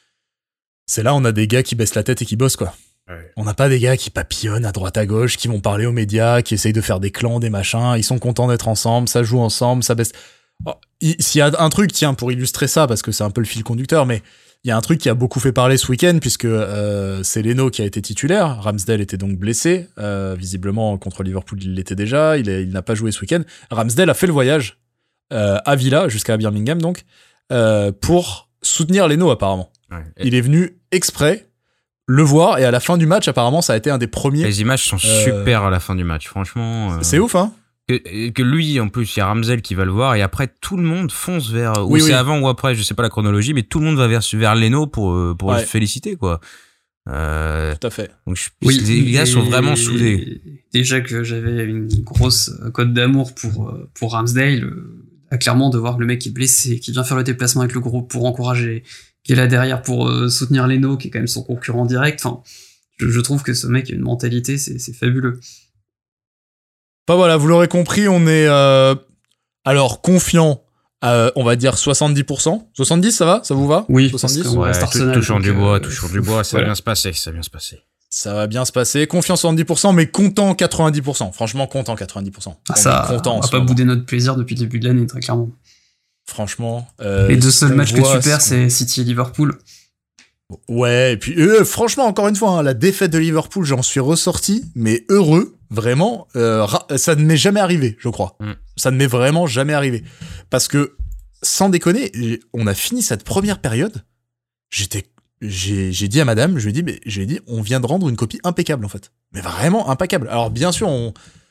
C'est là, on a des gars qui baissent la tête et qui bossent, quoi. Ouais. On n'a pas des gars qui papillonnent à droite à gauche, qui vont parler aux médias, qui essayent de faire des clans, des machins. Ils sont contents d'être ensemble, ça joue ensemble, ça baisse. S'il y a un truc, tiens, pour illustrer ça, parce que c'est un peu le fil conducteur, mais il y a un truc qui a beaucoup fait parler ce week-end, puisque c'est Leno qui a été titulaire. Ramsdale était donc blessé. Visiblement, contre Liverpool, il l'était déjà. Il n'a pas joué ce week-end. Ramsdale a fait le voyage à Villa, jusqu'à Birmingham, donc, pour soutenir Leno, apparemment. Ouais. Il est venu exprès le voir, et à la fin du match, apparemment, ça a été un des premiers. Les images sont super à la fin du match, franchement. C'est ouf, hein. Que lui, en plus, il y a Ramsdale qui va le voir, et après, tout le monde fonce vers, c'est avant ou après, je sais pas la chronologie, mais tout le monde va vers Leno pour le féliciter, quoi. Tout à fait. Donc les gars sont vraiment soudés. Déjà que j'avais une grosse cote d'amour pour Ramsdale, clairement, de voir le mec qui est blessé, qui vient faire le déplacement avec le groupe pour encourager, qui est là derrière pour soutenir Leno, qui est quand même son concurrent direct. Enfin, je trouve que ce mec a une mentalité, c'est fabuleux. Bah voilà, vous l'aurez compris, on est alors confiant, on va dire 70%. 70, ça va? Ça vous va? Oui, 70. Ouais, touchons du bois, ça va bien se passer, Ça va bien se passer. Confiant 70%, mais content 90%. Franchement, content 90%. On va pas bouder notre plaisir depuis le début de l'année, très clairement. Franchement. Les 2 seuls matchs que tu perds, c'est City et Liverpool. Ouais, et puis franchement, encore une fois, hein, la défaite de Liverpool, j'en suis ressorti, mais heureux, vraiment. Ça ne m'est jamais arrivé, je crois. Ça ne m'est vraiment jamais arrivé. Parce que, sans déconner, on a fini cette première période, j'ai dit à madame, je lui ai dit, on vient de rendre une copie impeccable, en fait. mais vraiment impeccable. Alors bien sûr, on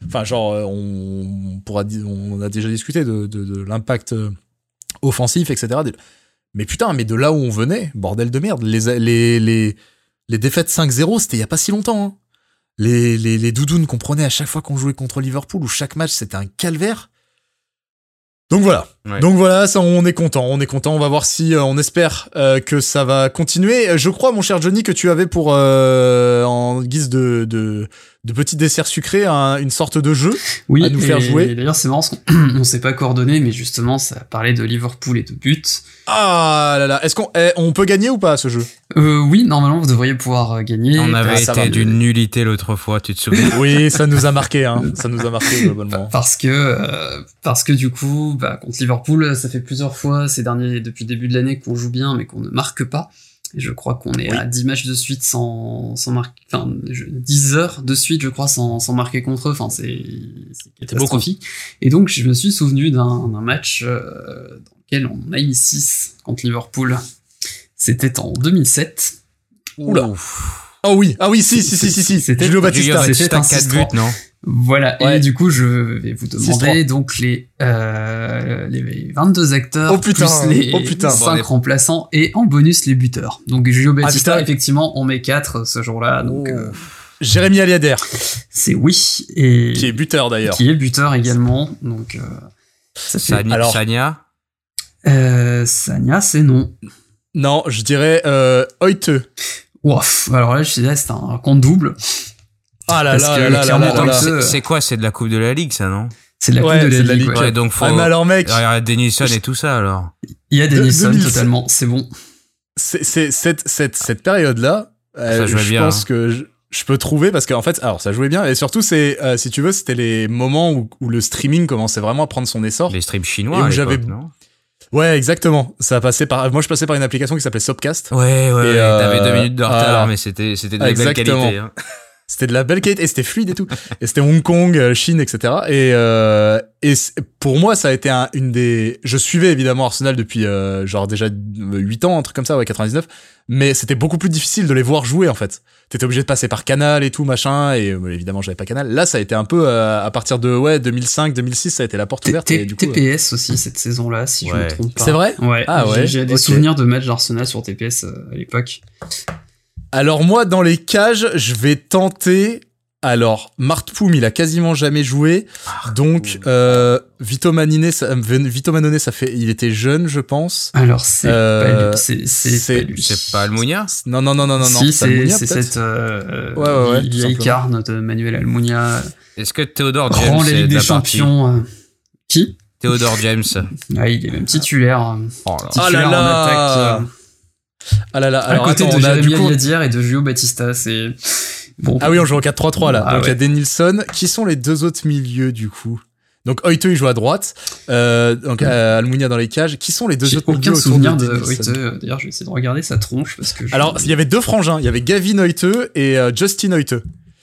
a déjà discuté de l'impact offensif, etc. Mais putain, mais de là où on venait, bordel de merde, les défaites 5-0, c'était il y a pas si longtemps. Hein. Les doudounes qu'on prenait à chaque fois qu'on jouait contre Liverpool, où chaque match c'était un calvaire. Donc voilà. Ouais. Donc voilà, ça, on est content. On va voir si on espère que ça va continuer. Je crois, mon cher Johnny, que tu avais pour en guise de petit dessert sucré une sorte de jeu à nous faire jouer. Et d'ailleurs, c'est marrant, on s'est pas coordonné, mais justement, ça parlait de Liverpool et de buts. Ah là là, est-ce qu'on peut gagner ou pas ce jeu? Oui, normalement, vous devriez pouvoir gagner. On avait été d'une nullité l'autre fois, tu te souviens? Oui, ça nous a marqué, hein. Ça nous a marqué globalement. Parce que du coup, contre Liverpool, ça fait plusieurs fois depuis le début de l'année qu'on joue bien, mais qu'on ne marque pas. Et je crois qu'on est à 10 matchs de suite sans marquer, 10 heures de suite, je crois, sans marquer contre eux. Enfin, c'est catastrophique. Et donc, je me suis souvenu d'un match, dans lequel on a mis 6 contre Liverpool. C'était en 2007. Oula. Oh oui, si. C'était Julio Baptista. C'était un 4 buts, non? Voilà. Ouais. Et du coup, je vais vous demander donc les 22 acteurs plus les 5 remplaçants et en bonus les buteurs. Donc Julio Baptista, effectivement, on met 4 ce jour-là. Donc Jérémy Aliader. C'est oui, et qui est buteur d'ailleurs. Qui est buteur également. Donc Sagna. Sagna, c'est non. Non, je dirais Hoyte. Ouf, alors là, je disais, c'est un compte double. Ah là là. C'est quoi? C'est de la Coupe de la Ligue, ça, non? C'est de la Coupe de la Ligue. Ouais, donc faut. mais alors, mec. Il y a Denilson et tout ça, alors. Il y a Denilson, totalement, c'est bon. C'est cette période-là, je pense que je peux trouver, parce qu'en fait, alors, ça jouait bien, et surtout, si tu veux, c'était les moments où le streaming commençait vraiment à prendre son essor. Les streams chinois, à l'époque, non? Ouais, exactement. Moi, je passais par une application qui s'appelait Sopcast. Ouais. T'avais 2 minutes de retard, mais c'était de la belle qualité. Hein. C'était de la belle qualité et c'était fluide et tout. Et c'était Hong Kong, Chine, etc. Et pour moi, ça a été je suivais évidemment Arsenal depuis genre déjà 8 ans, un truc comme ça, 99. Mais c'était beaucoup plus difficile de les voir jouer en fait. T'étais obligé de passer par Canal et tout machin. Et évidemment, j'avais pas Canal. Là, ça a été un peu à partir de 2005, 2006, ça a été la porte ouverte. Et du coup, TPS aussi cette saison-là, si je me trompe pas. C'est vrai? Ouais. Ah ouais. J'ai des souvenirs de matchs d'Arsenal sur TPS à l'époque. Alors moi, dans les cages, je vais tenter... Alors, Martpoum, il a quasiment jamais joué. Donc, Vito Manone, il était jeune, je pense. Alors, c'est pas lui. C'est pas Almunia? Non. Si, c'est cette vieille carne de Manuel Almunia. Est-ce que Théodore James prend la Ligue des Champions Qui? Théodore James. Ah, il est même titulaire. Titulaire en attaque. Ah là là, alors à côté de Jérémy Aliadir et de Julio Baptista, c'est bon. Ah oui, on joue en 4-3-3 là. Donc il y a Denilson. Qui sont les deux autres milieux du coup? Donc Hoyte il joue à droite, donc Almunia dans les cages. Qui sont les deux autres milieux? Aucun souvenir de Hoyte. D'ailleurs, je vais essayer de regarder sa tronche parce que. Alors il y avait deux frangins. Il y avait Gavin Hoyte et Justin Hoyte.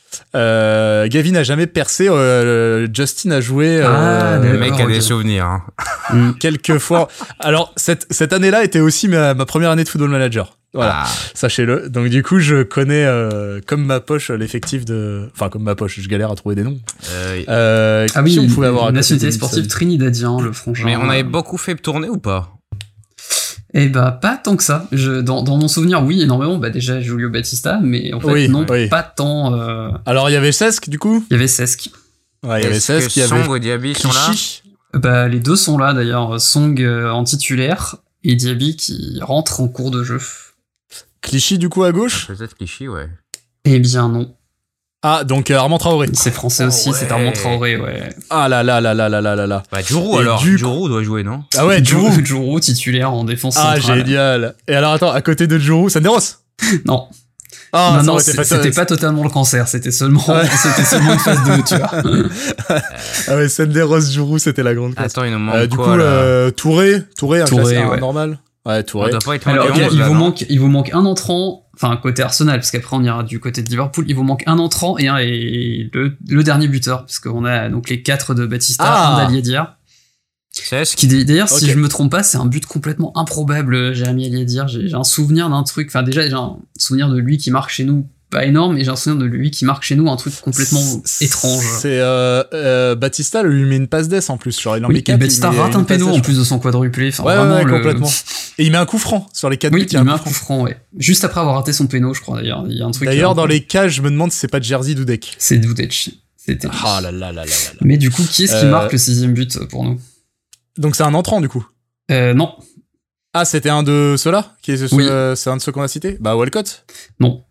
Gavin n'a jamais percé, Justin a joué. Le mec a des souvenirs. Hein. Quelques fois. Alors cette année-là était aussi ma première année de Football Manager. Voilà, sachez-le. Donc du coup, je connais comme ma poche l'effectif comme ma poche. Je galère à trouver des noms. Oui, on pouvait avoir nationalité sportive trinidadien, le frangin. Mais on avait beaucoup fait tourner ou pas? Eh bah, pas tant que ça. Dans mon souvenir, oui, énormément. Bah, déjà, Julio Baptista, mais en fait, pas tant. Alors, il y avait Cesc, du coup? Il y avait Cesc. Ouais, il y avait Cesc, il y avait Song ou Diaby sont là? Bah, les deux sont là, d'ailleurs. Song en titulaire et Diaby qui rentre en cours de jeu. Clichy, du coup, à gauche? Peut-être Clichy, ouais. Eh bien, non. Ah, donc Armand Traoré. C'est français aussi, c'est Armand Traoré, ouais. Ah là. Bah, Djourou alors. Djourou doit jouer, non? Ah ouais, Djourou titulaire en défense centrale. Ah, génial. Et alors, attends, à côté de Djourou, Senderos? Non. Non, c'était pas totalement le cancer, c'était seulement une phase 2, tu vois. Ah ouais, Senderos, Djourou, c'était la grande classe. Attends, il nous manque du quoi, coup, là Touré, un classeur normal. Ouais, Touré. Alors, il vous manque un entrant, enfin, côté Arsenal, parce qu'après on ira du côté de Liverpool, il vous manque un entrant et le dernier buteur, parce qu'on a donc les 4 de Baptista, un d'Aliadir. Qui d'ailleurs, si je me trompe pas, c'est un but complètement improbable, Jérémy Aliadir. J'ai un souvenir d'un truc, enfin déjà j'ai un souvenir de lui qui marque chez nous pas énorme, et j'ai un souvenir de lui qui marque chez nous un truc complètement étrange. C'est Batista lui met une passe d'ess en plus, genre il en met 4. Et Batista rate un péno en plus de son quadruplé. Ouais, complètement. Et il met un coup franc sur les 4 buts. Oui, il met un coup franc, ouais. Juste après avoir raté son péno, je crois d'ailleurs. Il y a un truc. D'ailleurs, dans les cages, je me demande si c'est pas Jerzy Dudek. C'est Dudek. C'était. Ah là là là là. Mais du coup, qui est-ce qui marque le 6e but pour nous? Donc c'est un entrant du coup. Non. Ah, c'était un de ceux-là Oui. C'est un de ceux qu'on a cités? Bah, Walcott? Non.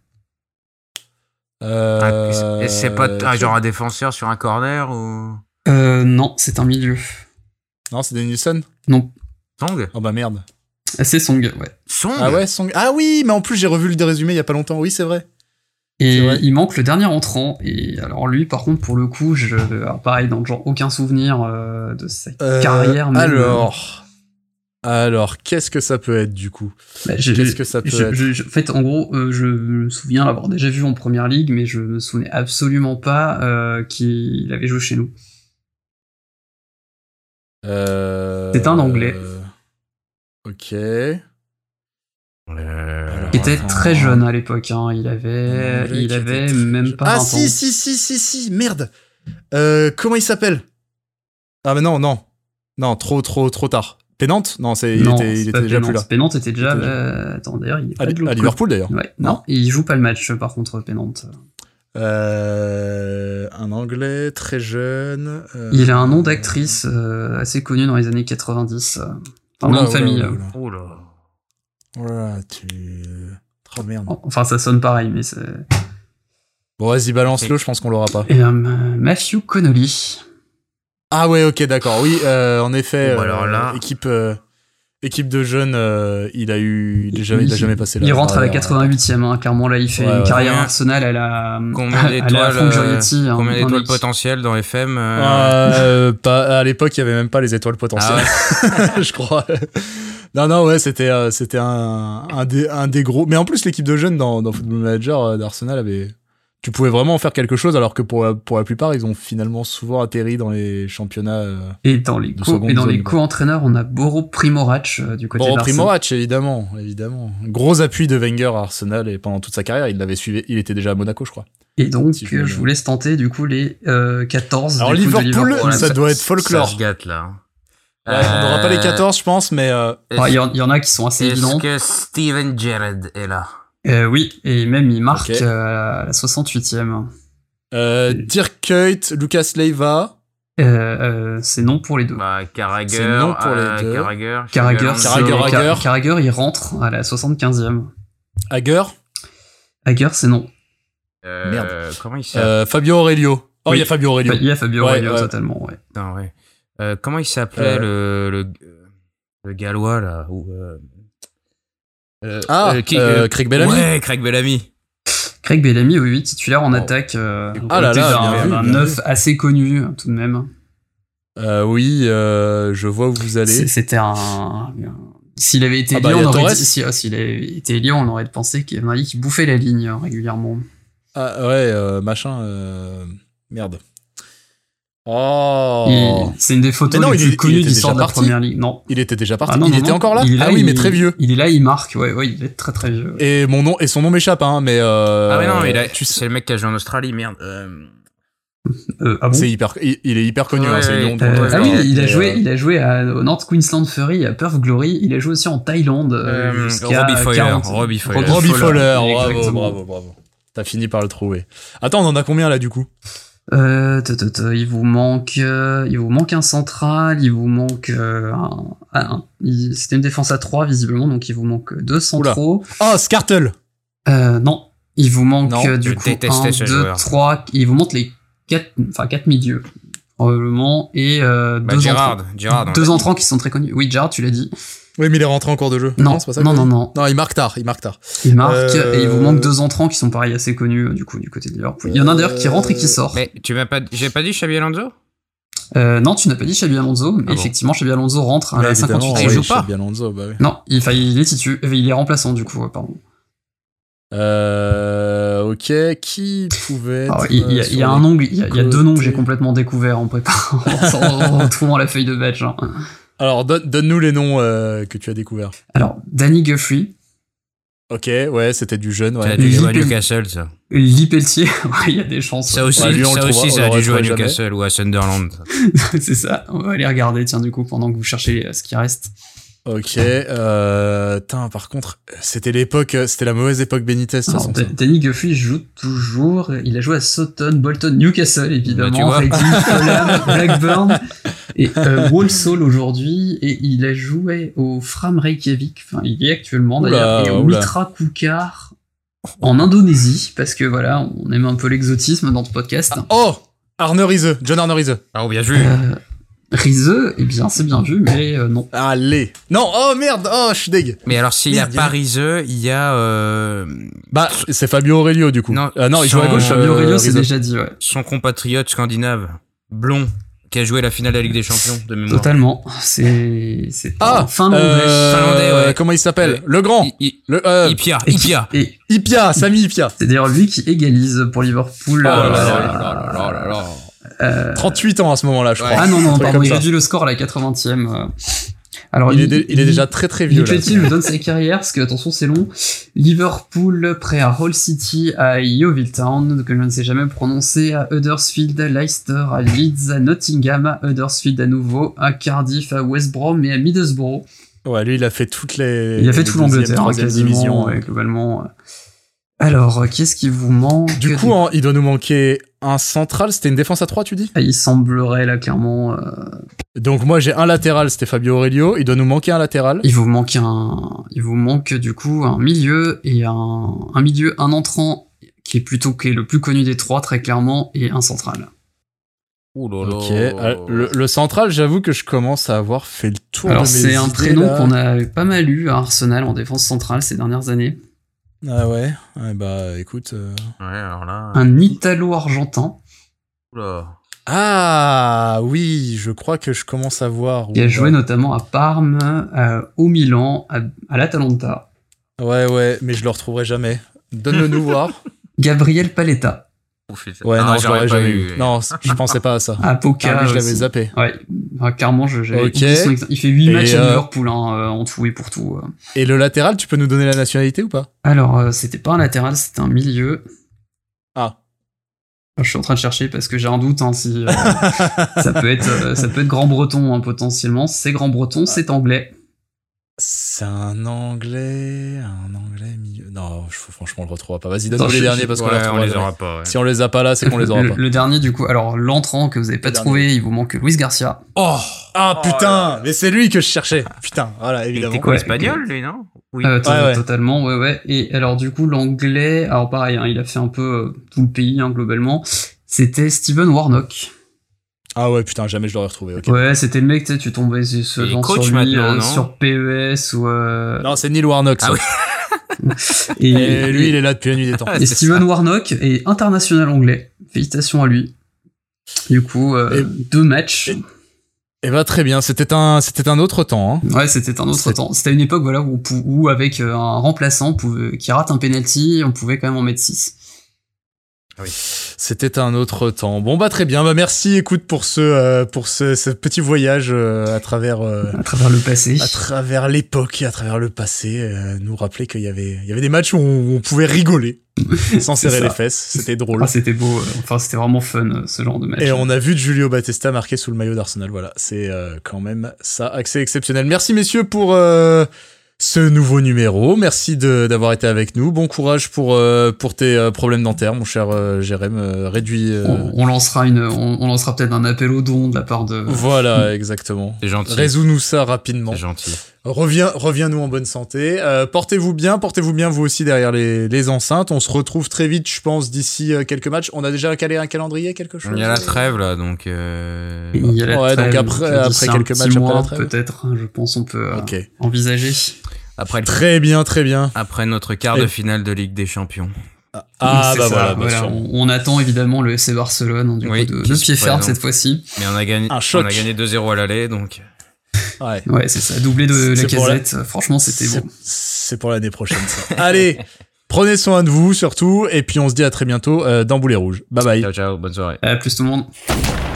Et c'est pas genre un défenseur sur un corner ou... Non, c'est un milieu. Non, c'est Denilson? Non. Song? Oh bah merde. C'est Song, ouais. Song? Ah ouais, Song. Ah oui, mais en plus j'ai revu le résumé il y a pas longtemps. Oui, c'est vrai. Et il manque le dernier entrant. Et alors lui, par contre, pour le coup, alors pareil, dans le genre aucun souvenir de sa carrière. Même. Alors, qu'est-ce que ça peut être du coup? Qu'est-ce que ça peut être? En fait, en gros, je me souviens l'avoir déjà vu en première ligue, mais je me souvenais absolument pas qu'il avait joué chez nous. C'est un Anglais. Ok. Qui était très jeune à l'époque, hein. Il avait même pas 20 ans. Si, merde. Comment il s'appelle? Ah mais non, trop tard. Pennant? Non, il était déjà plus là. Pennant était déjà... attends, d'ailleurs, il est pas de l'autre à Liverpool, d'ailleurs. Ouais. Non, il joue pas le match, par contre, Pennant. Un Anglais, très jeune... Il a un nom d'actrice assez connu dans les années 90. Un nom de famille. Voilà, Oh merde. Enfin, ça sonne pareil, mais c'est... Bon, vas-y, balance-le, je pense qu'on l'aura pas. Et Matthew Connolly. Ah ouais, ok, d'accord. Oui, en effet, alors là... équipe de jeunes, il a jamais passé là. Il rentre à la 88e, hein, clairement là il fait une carrière Arsenal à la combien d'étoiles potentielles dans FM à l'époque, il y avait même pas les étoiles potentielles. Ah ouais. Je crois. Non, ouais, c'était un des gros. Mais en plus, l'équipe de jeunes dans Football Manager d'Arsenal tu pouvais vraiment en faire quelque chose, alors que pour la plupart, ils ont finalement souvent atterri dans les championnats. Et dans les co-entraîneurs, on a Boro Primorac du côté d'Arsenal. Primorac, évidemment. Gros appui de Wenger à Arsenal, et pendant toute sa carrière, il l'avait suivi. Il était déjà à Monaco, je crois. Et donc, je vous laisse tenter du coup les 14. Alors Liverpool, ça doit être folklore. Ça se gâte là. Ouais, on n'aura pas les 14, je pense, mais... Il y en a qui sont assez évidents. Est-ce que Steven Gerrard est là? Oui, et même il marque à la 68e. Dirk Kuyt, Lucas Leiva. C'est non pour les deux. Carragher. C'est non pour les deux. Carragher, il rentre à la 75e. Hager, c'est non. Merde. Comment il s'appelle? Fabio Aurelio. Oh, il y a Fabio Aurelio. Il y a Fabio Aurelio, totalement, ouais. Non, ouais. Comment il s'appelait le gallois là Craig Bellamy. Ouais, Craig Bellamy. Craig Bellamy, oui, titulaire en attaque. Un neuf assez connu, tout de même. Oui, je vois où vous allez. C'était s'il avait été Lyon, s'il avait été Lyon, on aurait pensé qu'il bouffait la ligne régulièrement. Ah ouais, Merde. Oh. C'est une des photos les plus connues d'histoire de la première ligue. Non. Il était déjà parti. Il était encore là. Mais très vieux. Il est là, il marque. Ouais, il est très très vieux. Et son nom m'échappe, hein, mais. Ah ouais, non, c'est le mec qui a joué en Australie, merde. Ah bon, il est hyper connu. Ouais, c'est une il a joué au North Queensland Fury, à Perth Glory. Il a joué aussi en Thaïlande. Robbie Fowler. Bravo. T'as fini par le trouver. Attends, on en a combien là du coup? Il vous manque un central, il vous manque c'était une défense à 3 visiblement, donc il vous manque 2 centraux. Oh, Scartle. Non, il vous manque du coup 1, 2, 3, il vous manque les 4 milieux probablement, et deux entrants qui sont très connus. Oui, Gerrard, tu l'as dit. Oui, mais il est rentré en cours de jeu. Non, c'est pas ça. Non. Non, il marque tard. Il marque, et il vous manque 2 entrants qui sont pareil assez connus, du coup, du côté de Liverpool. Il y en a un d'ailleurs qui rentre et qui sort. Mais j'ai pas dit Xabi Alonso? Non, tu n'as pas dit Xabi Alonso, mais effectivement, Xabi Alonso rentre à la 58e. Il joue pas. Xabi Alonso, bah oui. Non, il est titulaire, il est remplaçant, du coup, pardon. Ok, qui pouvait être... Il y a un nom, il y a 2 noms que j'ai complètement découverts en préparant, en retrouvant la feuille de badge. Hein. Alors, donne-nous les noms que tu as découverts. Alors, Danny Guthrie. Ok, ouais, c'était du jeune, ouais. Ça a dû jouer à Newcastle, ça. Lee Pelletier, il y a des chances. Ça aussi, ça a dû jouer à Newcastle ou à Sunderland. C'est ça, on va aller regarder, tiens, du coup, pendant que vous cherchez ce qui reste. Ok, par contre, c'était la mauvaise époque Benitez, de toute façon. Danny Guffey joue toujours, il a joué à Sutton, Bolton, Newcastle, évidemment, Reading, Fulham, Blackburn, et Walsall aujourd'hui, et il a joué au Fram Reykjavik, enfin, il y est actuellement d'ailleurs, et au Mitra Kukar, en Indonésie, parce que voilà, on aime un peu l'exotisme dans ce podcast. John Arne Riise. Ah, bien vu. Riise, eh bien, c'est bien vu, mais non. Allez. Non, oh merde, je suis deg. Mais alors, s'il y a pas Riise, il y a... c'est Fabio Aurelio, du coup. Non, il joue à gauche. Fabio Aurelio, c'est déjà dit, ouais. Son compatriote scandinave, blond, qui a joué la finale de la Ligue des Champions, de mémoire. Totalement. C'est finlandais, ouais. Comment il s'appelle? Le grand. Ipia, Sami Ipia. C'est d'ailleurs lui qui égalise pour Liverpool. 38 ans à ce moment-là, je crois. Ah non, pardon, il réduit le score à la 80e. Alors, il est déjà très très vieux. Petit nous donne sa carrière, parce que attention, c'est long. Liverpool, prêt à Hull City, à Yeovil Town, que je ne sais jamais prononcer, à Huddersfield, à Leicester, à Leeds, à Nottingham, à Huddersfield à nouveau, à Cardiff, à West Brom et à Middlesbrough. Ouais, lui, il a fait toutes les... Il a fait tout l'Angleterre, quasiment, ouais, globalement. Alors, qu'est-ce qui vous manque? Du coup, il doit nous manquer un central. C'était une défense à 3, tu dis? Il semblerait, là, clairement... Donc, moi, j'ai un latéral, c'était Fabio Aurelio. Il doit nous manquer un latéral. Il vous manque, du coup, un milieu et un milieu, un entrant qui est le plus connu des trois, très clairement, et un central. Ok. Le central, j'avoue que je commence à avoir fait le tour. Alors, de mes c'est un idées, prénom là. qu'on a pas mal eu à Arsenal en défense centrale ces dernières années. Ah ouais, écoute... Ouais, alors là... Un Italo-Argentin. Oula. Ah oui, je crois que je commence à voir. Qui a joué notamment à Parme, au Milan, à l'Atalanta. Ouais, mais je le retrouverai jamais. Donne-le nous voir. Gabriel Paletta. Ouais, non, je l'aurais jamais eu. Non, je pensais pas à ça. À Poca, je l'avais zappé. Ouais, clairement, j'avais okay. Il fait 8 matchs à Liverpool, en tout et pour tout. Et le latéral, tu peux nous donner la nationalité ou pas? Alors, c'était pas un latéral, c'était un milieu. Ah. Je suis en train de chercher parce que j'ai un doute si ça peut être grand-breton, hein, potentiellement. C'est grand-breton, c'est anglais. C'est un anglais milieu. Non, franchement, on le retrouvera pas. Vas-y, donne-nous les derniers parce qu'on les aura pas. Ouais. Si on les a pas là, c'est qu'on les aura pas. Le dernier, du coup, alors l'entrant que vous avez pas trouvé, il vous manque Luis Garcia. Putain, mais c'est lui que je cherchais. Putain, voilà, évidemment. Il était quoi, espagnol, lui, non? Oui. Totalement, ouais. Et alors, du coup, l'anglais, alors pareil, hein, il a fait un peu tout le pays, hein, globalement. C'était Steven Warnock. Ah ouais, putain, jamais je l'aurais retrouvé. Okay. Ouais, c'était le mec, tu tombais sur lui, sur PES ou... Non, c'est Neil Warnock, ça. Ah oui. et lui, il est là depuis la nuit des temps. Et Steven Warnock est international anglais. Félicitations à lui. Du coup, 2 matchs. Et bah très bien, c'était un autre temps. Hein. Ouais, c'était un autre temps. C'était une époque voilà où avec un remplaçant qui rate un penalty, on pouvait quand même en mettre 6. Oui. C'était un autre temps. Bon bah très bien, bah merci écoute pour ce petit voyage à travers le passé, à travers l'époque et à travers le passé, nous rappeler qu'il y avait des matchs où on pouvait rigoler sans serrer les fesses, c'était drôle. C'était beau, c'était vraiment fun ce genre de match. Et on a vu Julio Batista marqué sous le maillot d'Arsenal, voilà, c'est quand même ça assez exceptionnel. Merci messieurs pour ce nouveau numéro. Merci d'avoir été avec nous. Bon courage pour tes problèmes dentaires, mon cher Jérém. Réduit. On lancera peut-être un appel aux dons de la part de. Voilà, exactement. C'est gentil. Résous-nous ça rapidement. C'est gentil. Reviens-nous en bonne santé. Portez-vous bien vous aussi derrière les enceintes. On se retrouve très vite, je pense, d'ici quelques matchs. On a déjà calé un calendrier, quelque chose. Il y a la trêve là, donc. Il y a la trêve. Donc après quelques matchs après la trêve. Peut-être, je pense, on peut envisager. Très bien. Après notre quart de finale de Ligue des Champions. Voilà. On attend évidemment le FC Barcelone, du coup, de pied ferme cette fois-ci. Mais on a gagné 2-0 à l'aller, donc. Ouais, c'est ça, doublé de la Casette. Franchement, c'était beau. C'est pour l'année prochaine, ça. Allez, prenez soin de vous surtout, et puis on se dit à très bientôt dans Boulet Rouge. Bye bye. Ciao, bonne soirée. À plus tout le monde.